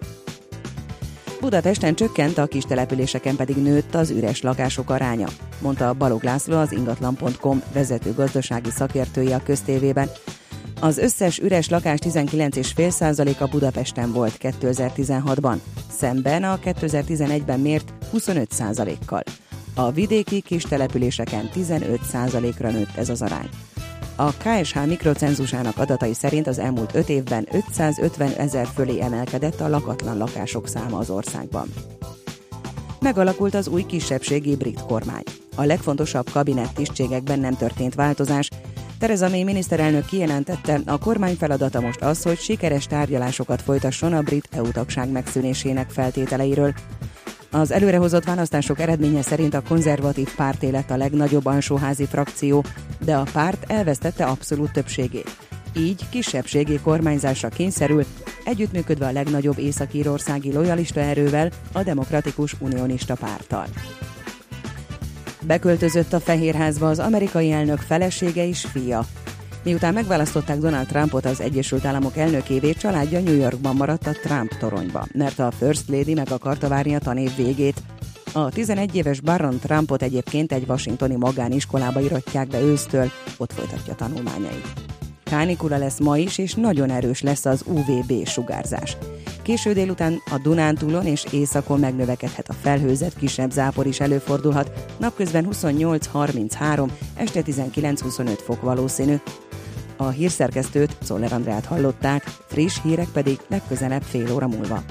Budapesten csökkent, a kis településeken pedig nőtt az üres lakások aránya, mondta Balogh László, az ingatlan pont com vezető gazdasági szakértője a Köztévében. Az összes üres lakás tizenkilenc egész öt százaléka Budapesten volt kétezer-tizenhatban, szemben a kétezer-tizenegyben mért huszonöt százalékkal. A vidéki kis településeken tizenöt százalékra nőtt ez az arány. A ká es há mikrocenzusának adatai szerint az elmúlt öt évben ötszázötven ezer fölé emelkedett a lakatlan lakások száma az országban. Megalakult az új kisebbségi brit kormány. A legfontosabb kabinett tisztségekben nem történt változás. Theresa May miniszterelnök kijelentette, a kormány feladata most az, hogy sikeres tárgyalásokat folytasson a brit é u-tagság megszűnésének feltételeiről. Az előrehozott választások eredménye szerint a konzervatív párté lett a legnagyobb alsóházi frakció, de a párt elvesztette abszolút többségét. Így kisebbségi kormányzásra kényszerül, együttműködve a legnagyobb észak-írországi lojalista erővel, a Demokratikus Unionista Párttal. Beköltözött a Fehérházba az amerikai elnök felesége és fia. Miután megválasztották Donald Trumpot az Egyesült Államok elnökévé, családja New Yorkban maradt a Trump toronyba, mert a First Lady meg akarta várni a tanév végét. A tizenegy éves Barron Trumpot egyébként egy washingtoni magániskolába iratják be ősztől, ott folytatja tanulmányait. Kánikula lesz ma is, és nagyon erős lesz az u vé bé sugárzás. Késő délután a Dunántúlon és északon megnövekedhet a felhőzet, kisebb zápor is előfordulhat, napközben huszonnyolc harminchárom, este tizenkilenc-huszonöt fok valószínű. A hírszerkesztőt, Czoller Andrát hallották, friss hírek pedig legközelebb fél óra múlva.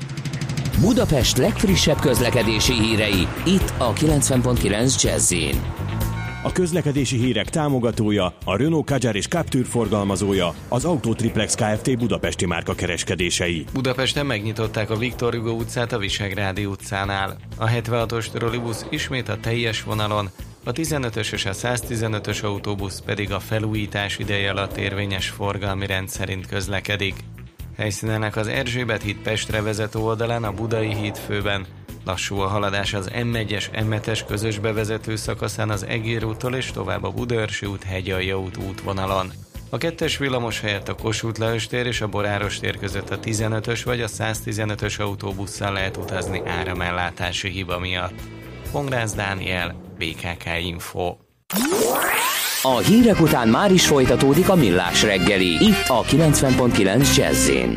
Budapest legfrissebb közlekedési hírei, itt a kilencven pont kilenc Jazz-in. A közlekedési hírek támogatója, a Renault Kadjar és Captur forgalmazója, az Autotriplex Kft. Budapesti márka kereskedései. Budapesten megnyitották a Viktor Hugo utcát a Visegrádi utcánál. A hetvenhatos trollibusz ismét a teljes vonalon, a tizenötös és a száztizenötös autóbusz pedig a felújítás ideje alatt érvényes forgalmi rend szerint közlekedik. Helyszínenek az Erzsébet híd Pestre vezető oldalán a Budai híd főben, Lassú a haladás az em egyes em hetes közös bevezető szakaszán az Egér úttól és tovább a Budaörsi út Hegyalja út útvonalon. A kettes villamos helyett a Kossuth-Lajos tér és a Boráros tér között a tizenötös vagy a száztizenötös autóbusszal lehet utazni áramellátási hiba miatt. Pongrász Dániel, bé ká ká Info. A hírek után már is folytatódik a Millás reggeli, itt a kilencven pont kilenc Jazz-én.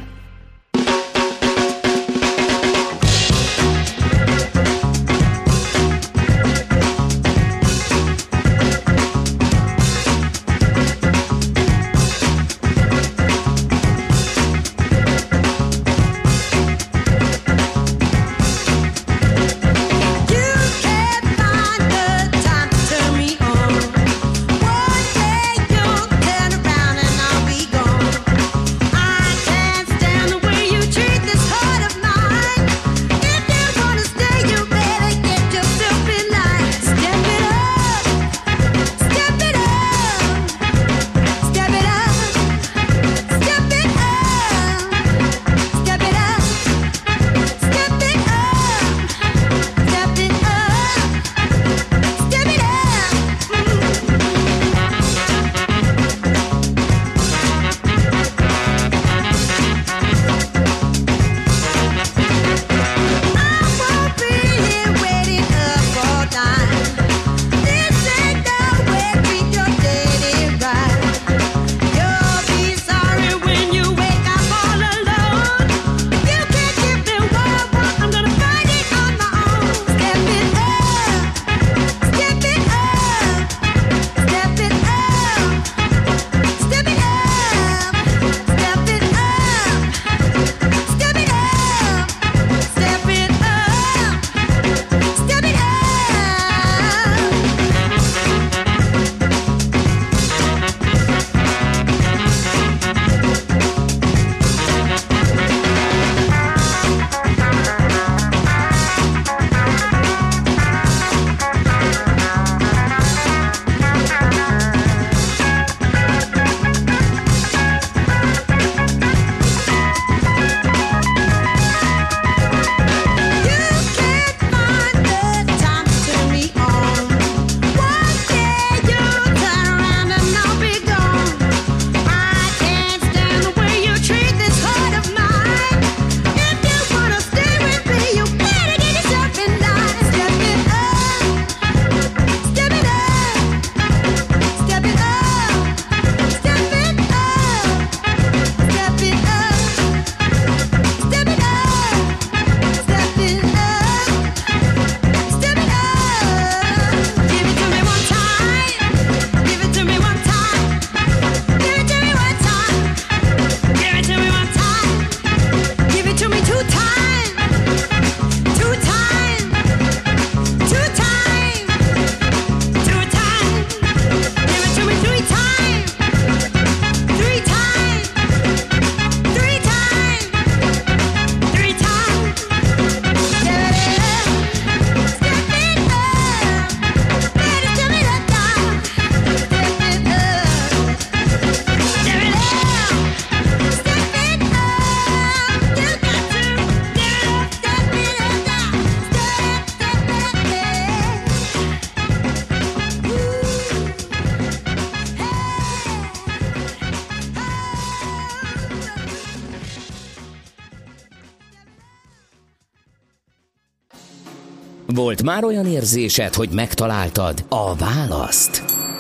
Volt már olyan érzésed, hogy megtaláltad a választ?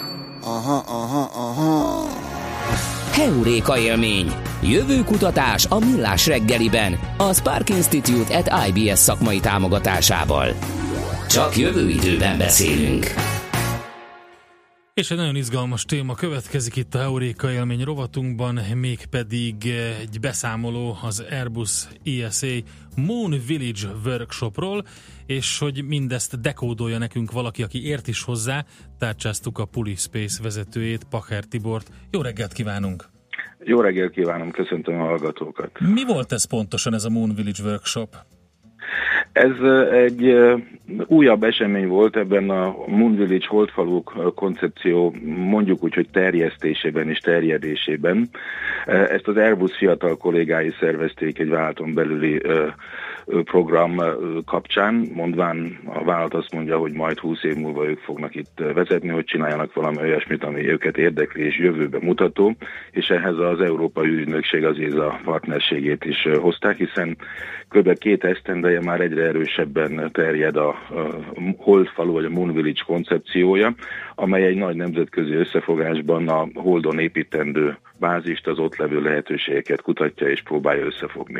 Aha, aha, aha. Heuréka élmény. Jövőkutatás a Millás reggeliben. A Spark Institute at i bé es szakmai támogatásával. Csak jövő időben beszélünk. És egy nagyon izgalmas téma következik itt a Heuréka élmény rovatunkban, mégpedig egy beszámoló az Airbus i es á Moon Village Workshopról, és hogy mindezt dekódolja nekünk valaki, aki ért is hozzá, tárcsáztuk a Pulispace vezetőjét, Pacher Tibort. Jó reggelt kívánunk! Jó reggelt kívánom, köszöntöm a hallgatókat! Mi volt ez pontosan, ez a Moon Village Workshop? Ez egy újabb esemény volt ebben a Moon Village holdfaluk koncepció, mondjuk úgy, hogy terjesztésében és terjedésében. Ezt az Airbus fiatal kollégái szervezték egy vállalaton belüli program kapcsán, mondván a vállalat azt mondja, hogy majd húsz év múlva ők fognak itt vezetni, hogy csináljanak valami olyasmit, ami őket érdekli és jövőbe mutató, és ehhez az Európai Ügynökség az ÉZA partnerségét is hozták, hiszen kb. két esztendeje már egyre erősebben terjed a, a Hold falu vagy a Moon Village koncepciója, amely egy nagy nemzetközi összefogásban a Holdon építendő bázist, az ott levő lehetőségeket kutatja és próbálja összefogni.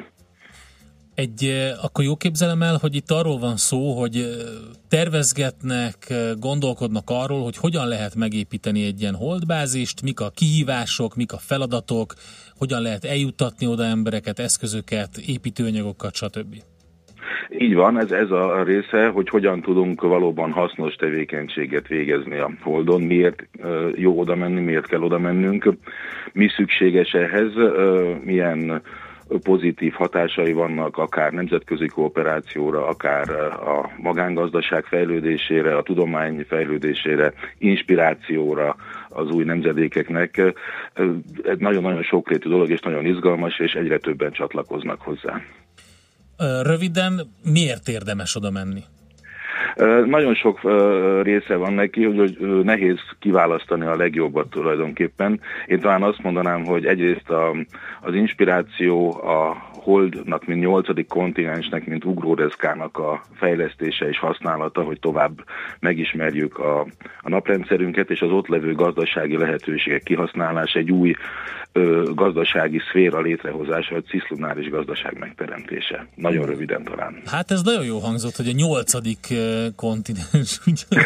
Egy, akkor jó képzelem el, hogy itt arról van szó, hogy tervezgetnek, gondolkodnak arról, hogy hogyan lehet megépíteni egy ilyen holdbázist, mik a kihívások, mik a feladatok, hogyan lehet eljuttatni oda embereket, eszközöket, építőanyagokat, stb. Így van, ez, ez a része, hogy hogyan tudunk valóban hasznos tevékenységet végezni a Holdon, miért jó oda menni, miért kell oda mennünk, mi szükséges ehhez, milyen pozitív hatásai vannak akár nemzetközi kooperációra, akár a magángazdaság fejlődésére, a tudomány fejlődésére, inspirációra az új nemzedékeknek. Ez nagyon-nagyon sokrétű dolog, és nagyon izgalmas, és egyre többen csatlakoznak hozzá. Röviden, miért érdemes oda menni? Nagyon sok része van neki, hogy nehéz kiválasztani a legjobbat tulajdonképpen. Én talán azt mondanám, hogy egyrészt a, az inspiráció a Holdnak, mint nyolcadik kontinensnek, mint ugródeszkának a fejlesztése és használata, hogy tovább megismerjük a, a naprendszerünket, és az ott levő gazdasági lehetőségek kihasználása, egy új ö, gazdasági szféra létrehozása, a ciszlunáris gazdaság megteremtése. Nagyon röviden talán. Hát ez nagyon jó hangzott, hogy a nyolcadik kontinens.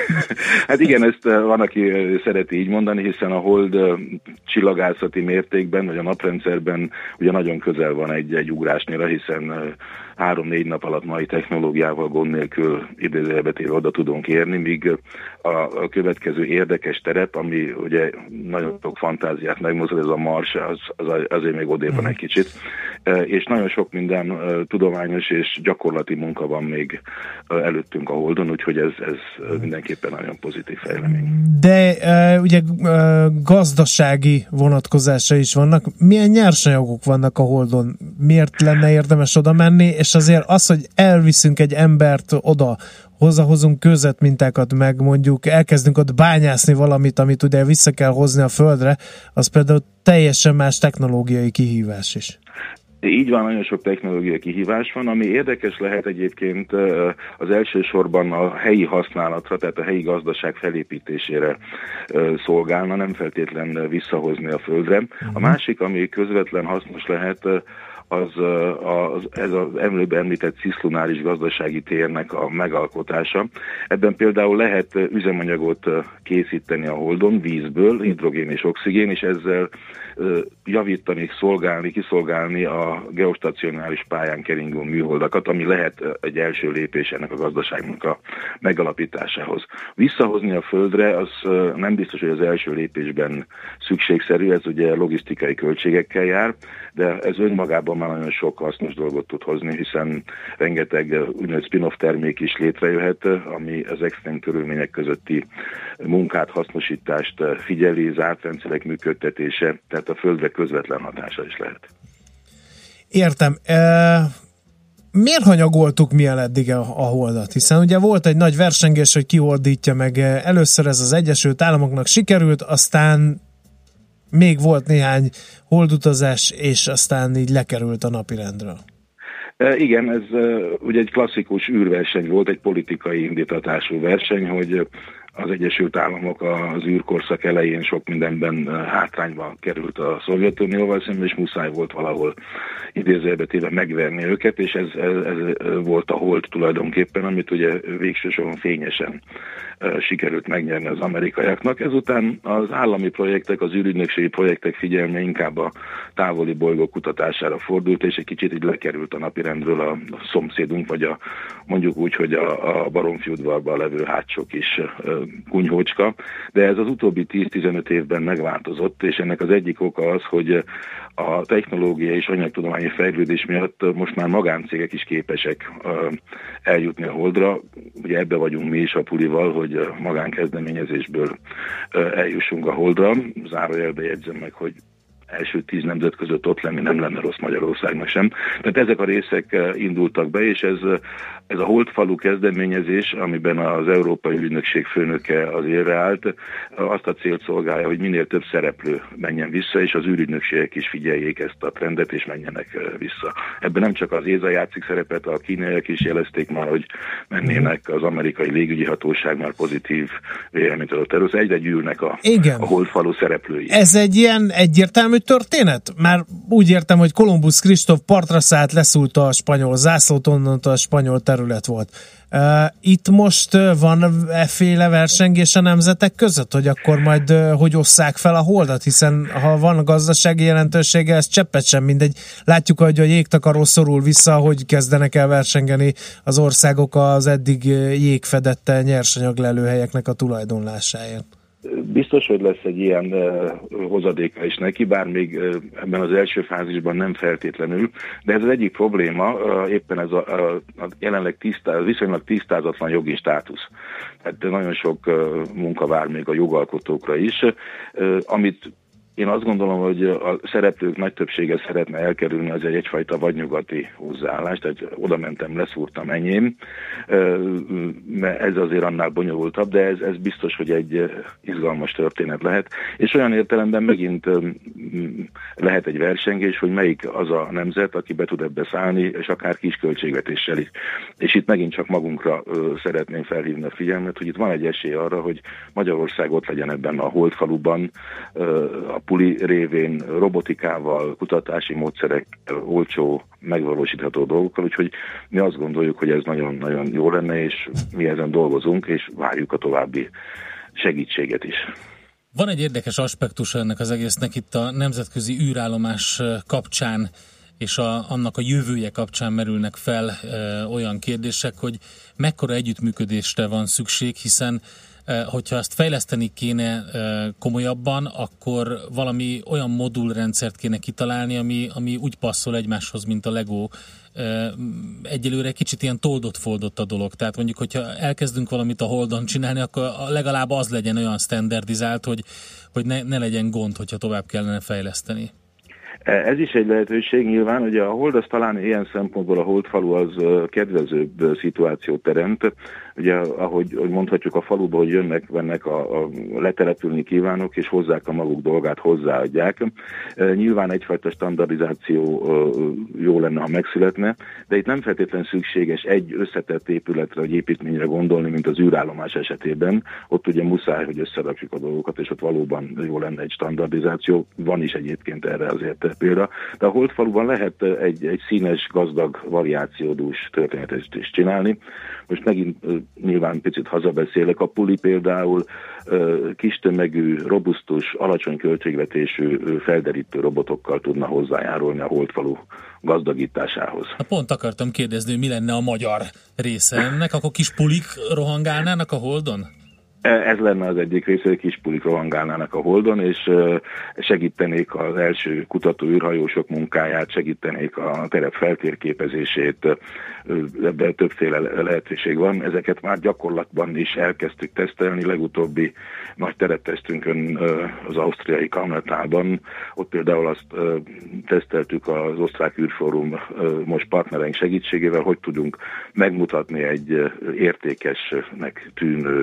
Hát igen, ezt van, aki szereti így mondani, hiszen a Hold csillagászati mértékben, vagy a naprendszerben ugye nagyon közel van egy, egy ugrásnyira, hiszen három-négy nap alatt mai technológiával gond nélkül idézőjelbe téve oda tudunk érni, míg a, a következő érdekes terep, ami ugye nagyon sok fantáziát megmozol, ez a Mars, az, az azért még odébb van egy kicsit, és nagyon sok minden tudományos és gyakorlati munka van még előttünk a Holdon, úgyhogy ez, ez mindenképpen nagyon pozitív fejlemény. De ugye gazdasági vonatkozása is vannak. Milyen nyersanyagok vannak a Holdon? Miért lenne érdemes oda menni? És azért az, hogy elviszünk egy embert oda, hozzahozunk kőzetmintákat, meg mondjuk elkezdünk ott bányászni valamit, amit ugye vissza kell hozni a Földre, az például teljesen más technológiai kihívás is. Így van, nagyon sok technológiai kihívás van, ami érdekes lehet egyébként az elsősorban a helyi használatra, tehát a helyi gazdaság felépítésére szolgálna, nem feltétlen visszahozni a Földre. A másik, ami közvetlen hasznos lehet, az, az ez az előbb említett ciszlunáris gazdasági térnek a megalkotása. Ebben például lehet üzemanyagot készíteni a Holdon vízből, hidrogén és oxigén, és ezzel javítani, szolgálni, kiszolgálni a geostacionáris pályán keringő műholdakat, ami lehet egy első lépés ennek a gazdaságnak a megalapításához. Visszahozni a Földre, az nem biztos, hogy az első lépésben szükségszerű, ez ugye logisztikai költségekkel jár, de ez önmagában már nagyon sok hasznos dolgot tud hozni, hiszen rengeteg úgynevezett spin-off termék is létrejöhet, ami az extrém körülmények közötti munkát, hasznosítást figyeli, zárt rendszerek működtetése, tehát a Földre közvetlen hatása is lehet. Értem. E- miért hanyagoltuk mi el eddig a, a Holdat? Hiszen ugye volt egy nagy versengés, hogy ki holdítja meg. Először ez az Egyesült Államoknak sikerült, aztán még volt néhány holdutazás, és aztán így lekerült a napirendről. E, igen, ez uh, ugye egy klasszikus űrverseny volt, egy politikai indítatású verseny, hogy az Egyesült Államok az űrkorszak elején sok mindenben hátrányba került a Szovjetunióval szemben, és muszáj volt valahol idézőjelbe téve megverni őket, és ez, ez, ez volt a Hold tulajdonképpen, amit ugye végsősorban fényesen sikerült megnyerni az amerikaiaknak. Ezután az állami projektek, az űrügynökségi projektek figyelme inkább a távoli bolygók kutatására fordult, és egy kicsit így lekerült a napirendről a szomszédunk, vagy a, mondjuk úgy, hogy a, a Baromfi udvarban levő hátsó kis kunyhócska, de ez az utóbbi tíz-tizenöt évben megváltozott, és ennek az egyik oka az, hogy a technológia és anyagtudományi fejlődés miatt most már magáncégek is képesek eljutni a Holdra. Ugye ebbe vagyunk mi is a pulival, hogy magánkezdeményezésből eljussunk a Holdra. Zárójelbe jegyzem meg, hogy első tíz nemzet között ott lenni nem lenne rossz Magyarországnak sem. Tehát ezek a részek indultak be, és ez, ez a Holdfalu kezdeményezés, amiben az Európai Ügynökség főnöke az élre állt, azt a célt szolgálja, hogy minél több szereplő menjen vissza, és az űrügynökségek is figyeljék ezt a trendet, és menjenek vissza. Ebben nem csak az é es á játszik szerepet, a kínaiak is jelezték már, hogy mennének, az amerikai légügyi hatóság már pozitív véleményt adott erről, egyre gyűlnek a, a Holdfalu szereplői. Ez egy ilyen egyértelmű történet? Már úgy értem, hogy Kolumbusz Kristóf partra szállt, leszúrta a spanyol zászlót, onnantól a spanyol terület volt. Uh, itt most uh, van efféle versengés a nemzetek között, hogy akkor majd uh, hogy osszák fel a holdat, hiszen ha van gazdasági jelentősége, ez cseppet sem mindegy. Látjuk, hogy a jégtakaró szorul vissza, hogy kezdenek el versengeni az országok az eddig jégfedett nyersanyag lelőhelyeknek a tulajdonlásáért. Biztos, hogy lesz egy ilyen uh, hozadéka is neki, bár még uh, ebben az első fázisban nem feltétlenül, de ez az egyik probléma, uh, éppen ez a, a, a jelenleg tisztáz, viszonylag tisztázatlan jogi státusz. Tehát nagyon sok uh, munka vár még a jogalkotókra is, uh, amit én azt gondolom, hogy a szereplők nagy többsége szeretne elkerülni, az egy egyfajta vadnyugati hozzáállás, tehát oda mentem, leszúrtam, enyém, mert ez azért annál bonyolultabb, de ez, ez biztos, hogy egy izgalmas történet lehet, és olyan értelemben megint lehet egy versengés, hogy melyik az a nemzet, aki be tud ebbe szállni, és akár kis költségvetéssel is. És itt megint csak magunkra szeretném felhívni a figyelmet, hogy itt van egy esély arra, hogy Magyarország ott legyen ebben a Holdfaluban, a Puli révén robotikával, kutatási módszerekkel, olcsó, megvalósítható dolgokkal, úgyhogy mi azt gondoljuk, hogy ez nagyon-nagyon jó lenne, és mi ezen dolgozunk, és várjuk a további segítséget is. Van egy érdekes aspektus ennek az egésznek itt a nemzetközi űrállomás kapcsán, és a, annak a jövője kapcsán merülnek fel e, olyan kérdések, hogy mekkora együttműködésre van szükség, hiszen hogyha ezt fejleszteni kéne komolyabban, akkor valami olyan modulrendszert kéne kitalálni, ami, ami úgy passzol egymáshoz, mint a Lego. Egyelőre kicsit ilyen toldott-foldott a dolog. Tehát mondjuk, hogyha elkezdünk valamit a Holdon csinálni, akkor legalább az legyen olyan standardizált, hogy, hogy ne, ne legyen gond, hogyha tovább kellene fejleszteni. Ez is egy lehetőség nyilván, hogy a Hold az talán ilyen szempontból a Holdfalu az kedvezőbb szituációt teremt. Ugye, ahogy, ahogy mondhatjuk a faluba, hogy jönnek, vennek a, a letelepülni kívánok, és hozzák a maguk dolgát, hozzáadják. Nyilván egyfajta standardizáció jó lenne, ha megszületne, de itt nem feltétlenül szükséges egy összetett épületre vagy építményre gondolni, mint az űrállomás esetében. Ott ugye muszáj, hogy összerakjuk a dolgokat, és ott valóban jó lenne egy standardizáció. Van is egyébként erre azért példa. De a Holdfaluban lehet egy, egy színes, gazdag, variációdús történetet is csinálni. Most megint nyilván picit hazabeszélek, a Puli például kis tömegű, robusztus, alacsony költségvetésű felderítő robotokkal tudna hozzájárulni a Holdfalu gazdagításához. Na pont akartam kérdezni, hogy mi lenne a magyar része ennek, akkor kis pulik rohangálnának a Holdon? Ez lenne az egyik része, hogy kis pulik rohangálnának a Holdon, és segítenék az első kutató űrhajósok munkáját, segítenék a terep feltérképezését, ebben többféle lehetőség van. Ezeket már gyakorlatban is elkezdtük tesztelni, legutóbbi nagy tereptesztünkön az ausztriai Kamletában. Ott például azt teszteltük az Osztrák űrfórum most partnereink segítségével, hogy tudunk megmutatni egy értékesnek tűnő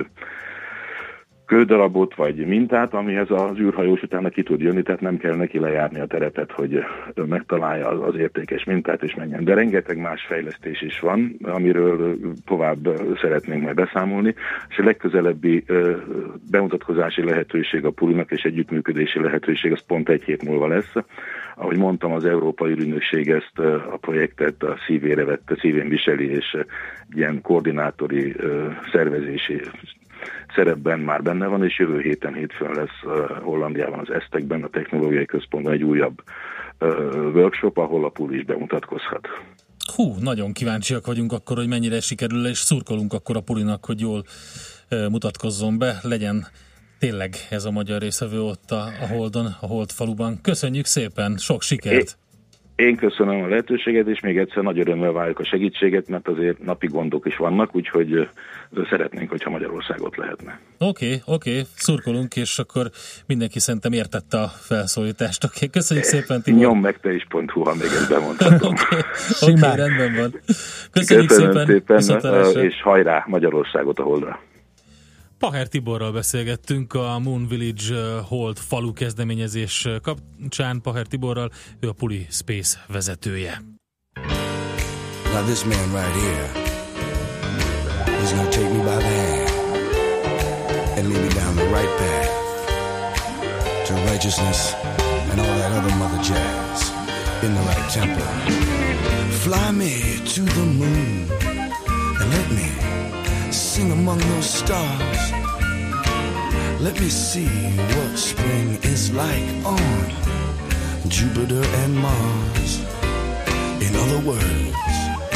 kődarabot vagy mintát, amihez az űrhajós utána ki tud jönni, tehát nem kell neki lejárni a terepet, hogy megtalálja az értékes mintát és menjen. De rengeteg más fejlesztés is van, amiről tovább szeretnénk majd beszámolni, és a legközelebbi bemutatkozási lehetőség a Pulinak és együttműködési lehetőség az pont egy hét múlva lesz. Ahogy mondtam, az Európai Ügynökség ezt a projektet a szívére vette, szívén viseli, és ilyen koordinátori szervezési szerepben már benne van, és jövő héten hétfőn lesz uh, Hollandiában az esztekben, a Technológiai Központban egy újabb uh, workshop, ahol a Puli is bemutatkozhat. Hú, nagyon kíváncsiak vagyunk akkor, hogy mennyire sikerül, és szurkolunk akkor a Pulinak, hogy jól uh, mutatkozzon be, legyen tényleg ez a magyar részvevő ott a, a Holdon, a Holdfaluban. Köszönjük szépen, sok sikert! Én köszönöm a lehetőséget, és még egyszer nagy örömmel várjuk a segítséget, mert azért napi gondok is vannak, úgyhogy szeretnénk, hogyha Magyarországot lehetne. Oké, okay, oké, okay. Szurkolunk, és akkor mindenki szerintem értette a felszólítást. Oké, okay. Köszönjük szépen, Tibor. Nyom meg te is pont hú, ha még ezt bemondhatom. Oké, okay. okay, rendben van. Köszönjük Köszönöm szépen, szépen és hajrá Magyarországot a Holdra. Pahár Tiborral beszélgettünk a Moon Village Hold falu kezdeményezés kapcsán. Pahár Tiborral, ő a Puli Space vezetője. Now this man right here, he's gonna take me by the hand and lead me down the right path to righteousness and all that other mother jazz in the right tempo. Fly me to the moon and let me sing among those stars. Let me see what spring is like on Jupiter and Mars. In other words,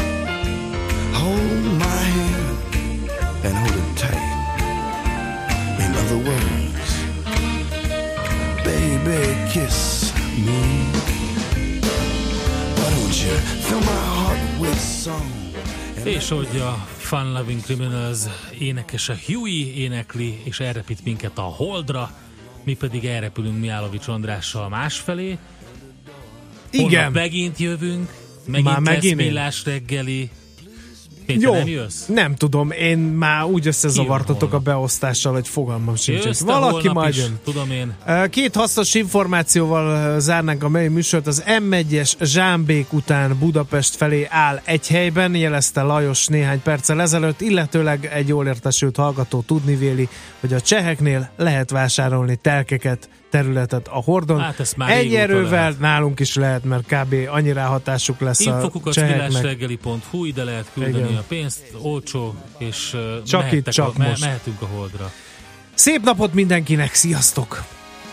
hold my hand and hold it tight. In other words, baby, kiss me. Why don't you fill my heart with song? És hogy a Fun Loving Criminals énekese Huey énekli, és elrepít minket a Holdra, mi pedig elrepülünk Mihálovics Andrással másfelé. Igen. Holnap megint jövünk, megint Már lesz megint Millás reggeli. Pénte, jó, nem jössz? Nem tudom, én már úgy összezavartatok a beosztással, hogy fogalmam sincs. Valaki majd jön. Tudom én. Két hasznos információval zárnánk a mai műsort. Az em egyes Zsámbék után Budapest felé áll egy helyben, jelezte Lajos néhány perccel ezelőtt, illetőleg egy jól értesült hallgató tudnivéli, hogy a cseheknél lehet vásárolni telkeket, területet a Hordon. Hát egy erővel lehet. Nálunk is lehet, mert kb. Annyi ráhatásuk lesz Infokukat a cseheknek. millásreggeli pont hu, ide lehet küldeni Igen. a pénzt, olcsó, és csak itt, csak a, most. Me- mehetünk a Holdra. Szép napot mindenkinek, sziasztok!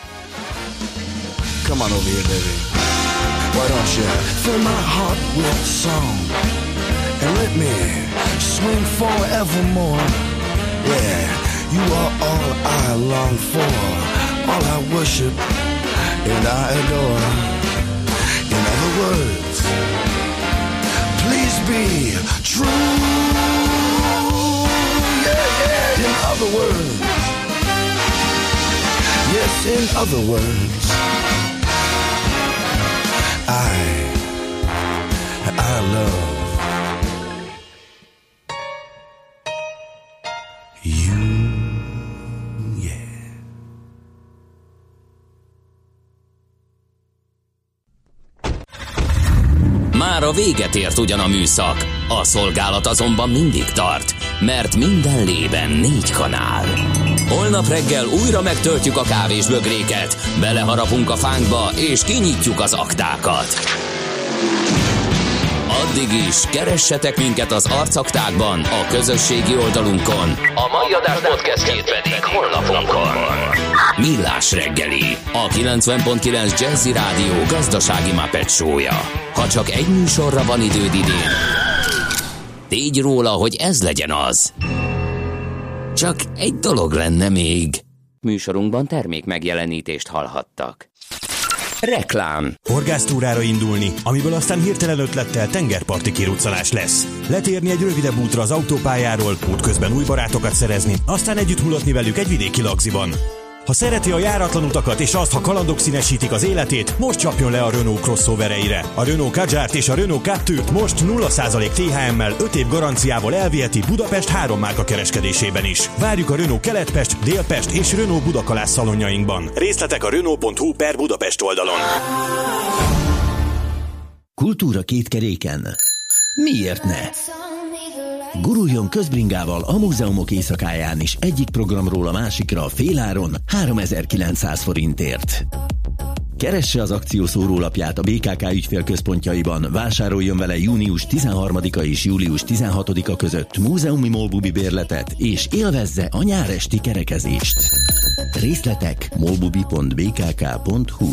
Come on over here, baby. Why don't you fill my heart with song and let me swing forevermore. Yeah, you are all I long for, all I worship and I adore. In other words, please be true. Yeah, yeah, in other words, yes, in other words, I, I love you. Már a véget ért ugyan a műszak, a szolgálat azonban mindig tart, mert minden lében négy kanál. Holnap reggel újra megtöltjük a kávésbögréket, beleharapunk a fánkba és kinyitjuk az aktákat. Addig is keressetek minket az arcaktákban, a közösségi oldalunkon, a mai adás podcastjét pedig honlapunkon. Millás reggeli, a kilencven pont kilenc Jazzy Rádió gazdasági Muppet show-ja. Ha csak egy műsorra van időd idén, tégy róla, hogy ez legyen az. Csak egy dolog lenne még. Műsorunkban termék megjelenítést hallhattak. Reklám. Horgásztúrára indulni, amiből aztán hirtelen ötlettel tengerparti kiruccanás lesz. Letérni egy rövidebb útra az autópályáról, útközben új barátokat szerezni, aztán együtt hullatni velük egy vidéki lagziban. Ha szereti a járatlan utakat és azt, ha kalandok színesítik az életét, most csapjon le a Renault crossovereire. A Renault Kadjart és a Renault Captur-t most nulla százalék té há em-mel öt év garanciával elviheti Budapest három márka kereskedésében is. Várjuk a Renault Keletpest, Délpest és Renault Budakalász szalonjainkban. Részletek a Renault pont hu per Budapest oldalon. Kultúra két keréken. Miért ne? Guruljon közbringával a múzeumok éjszakáján is egyik programról a másikra féláron háromezer-kilencszáz forintért. Keresse az akció szórólapját a bé ká ká ügyfélközpontjaiban, vásároljon vele június tizenharmadika és július tizenhatodika között múzeumi molbubi bérletet, és élvezze a nyáresti kerekezést. Részletek molbubi pont bé ká ká pont hu.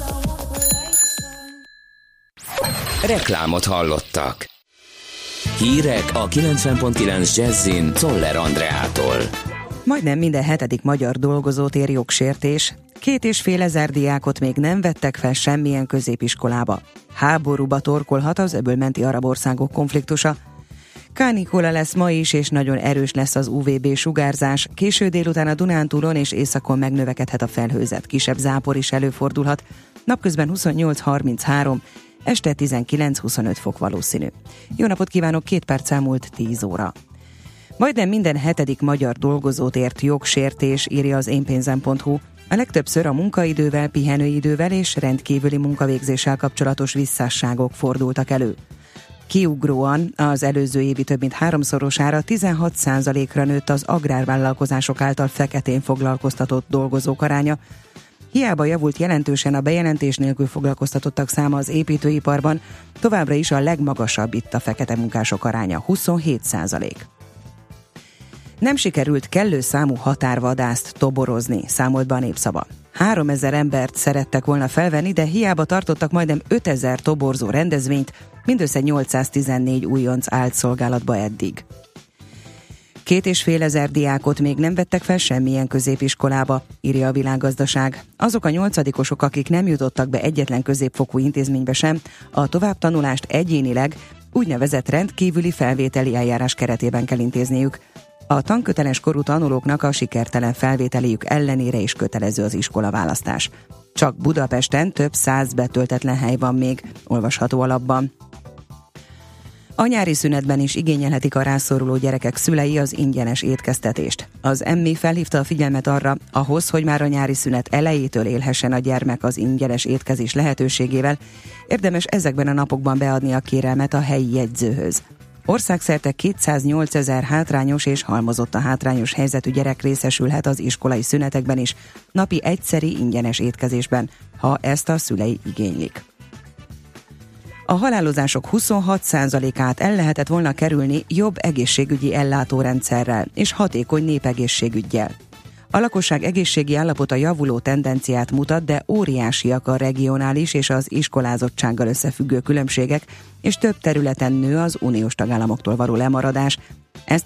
Reklámot hallottak. Hírek a kilencven pont kilenc Jazzin Czoller Andreától. Majdnem minden hetedik magyar dolgozót ér jogsértés. Két és fél ezer diákot még nem vettek fel semmilyen középiskolába. Háborúba torkolhat az öbölmenti arab országok konfliktusa. Kánikula lesz ma is, és nagyon erős lesz az u vé bé sugárzás. Késő délután a Dunántúlon és északon megnövekedhet a felhőzet. Kisebb zápor is előfordulhat. Napközben huszonnyolc harminchárom, este tizenkilenc-huszonöt fok valószínű. Jó napot kívánok, két perc elmúlt tíz óra. Majdnem minden hetedik magyar dolgozót ért jogsértés, írja az énpénzem pont hu. A legtöbbször a munkaidővel, pihenőidővel és rendkívüli munkavégzéssel kapcsolatos visszásságok fordultak elő. Kiugróan az előző évi több mint háromszorosára tizenhat százalékra nőtt az agrárvállalkozások által feketén foglalkoztatott dolgozók aránya. Hiába javult jelentősen a bejelentés nélkül foglalkoztatottak száma az építőiparban, továbbra is a legmagasabb itt a fekete munkások aránya, huszonhét százalék. Nem sikerült kellő számú határvadászt toborozni, számolt be a Népszava. háromezer embert szerettek volna felvenni, de hiába tartottak majdnem ötezer toborzó rendezvényt, mindössze nyolcszáztizennégy újonc állt szolgálatba eddig. Két és fél ezer diákot még nem vettek fel semmilyen középiskolába, írja a Világgazdaság. Azok a nyolcadikosok, akik nem jutottak be egyetlen középfokú intézménybe sem, a továbbtanulást egyénileg úgynevezett rendkívüli felvételi eljárás keretében kell intézniük. A tanköteles korú tanulóknak a sikertelen felvételiük ellenére is kötelező az iskolaválasztás. Csak Budapesten több száz betöltetlen hely van még, olvasható a lapban. A nyári szünetben is igényelhetik a rászoruló gyerekek szülei az ingyenes étkeztetést. Az em i felhívta a figyelmet arra, ahhoz, hogy már a nyári szünet elejétől élhessen a gyermek az ingyenes étkezés lehetőségével, érdemes ezekben a napokban beadni a kérelmet a helyi jegyzőhöz. Országszerte kétszáznyolcezer hátrányos és halmozott a hátrányos helyzetű gyerek részesülhet az iskolai szünetekben is, napi egyszeri ingyenes étkezésben, ha ezt a szülei igénylik. A halálozások huszonhat százalékát el lehetett volna kerülni jobb egészségügyi ellátórendszerrel és hatékony népegészségüggyel. A lakosság egészségi állapota javuló tendenciát mutat, de óriásiak a regionális és az iskolázottsággal összefüggő különbségek, és több területen nő az uniós tagállamoktól való lemaradás. Ezt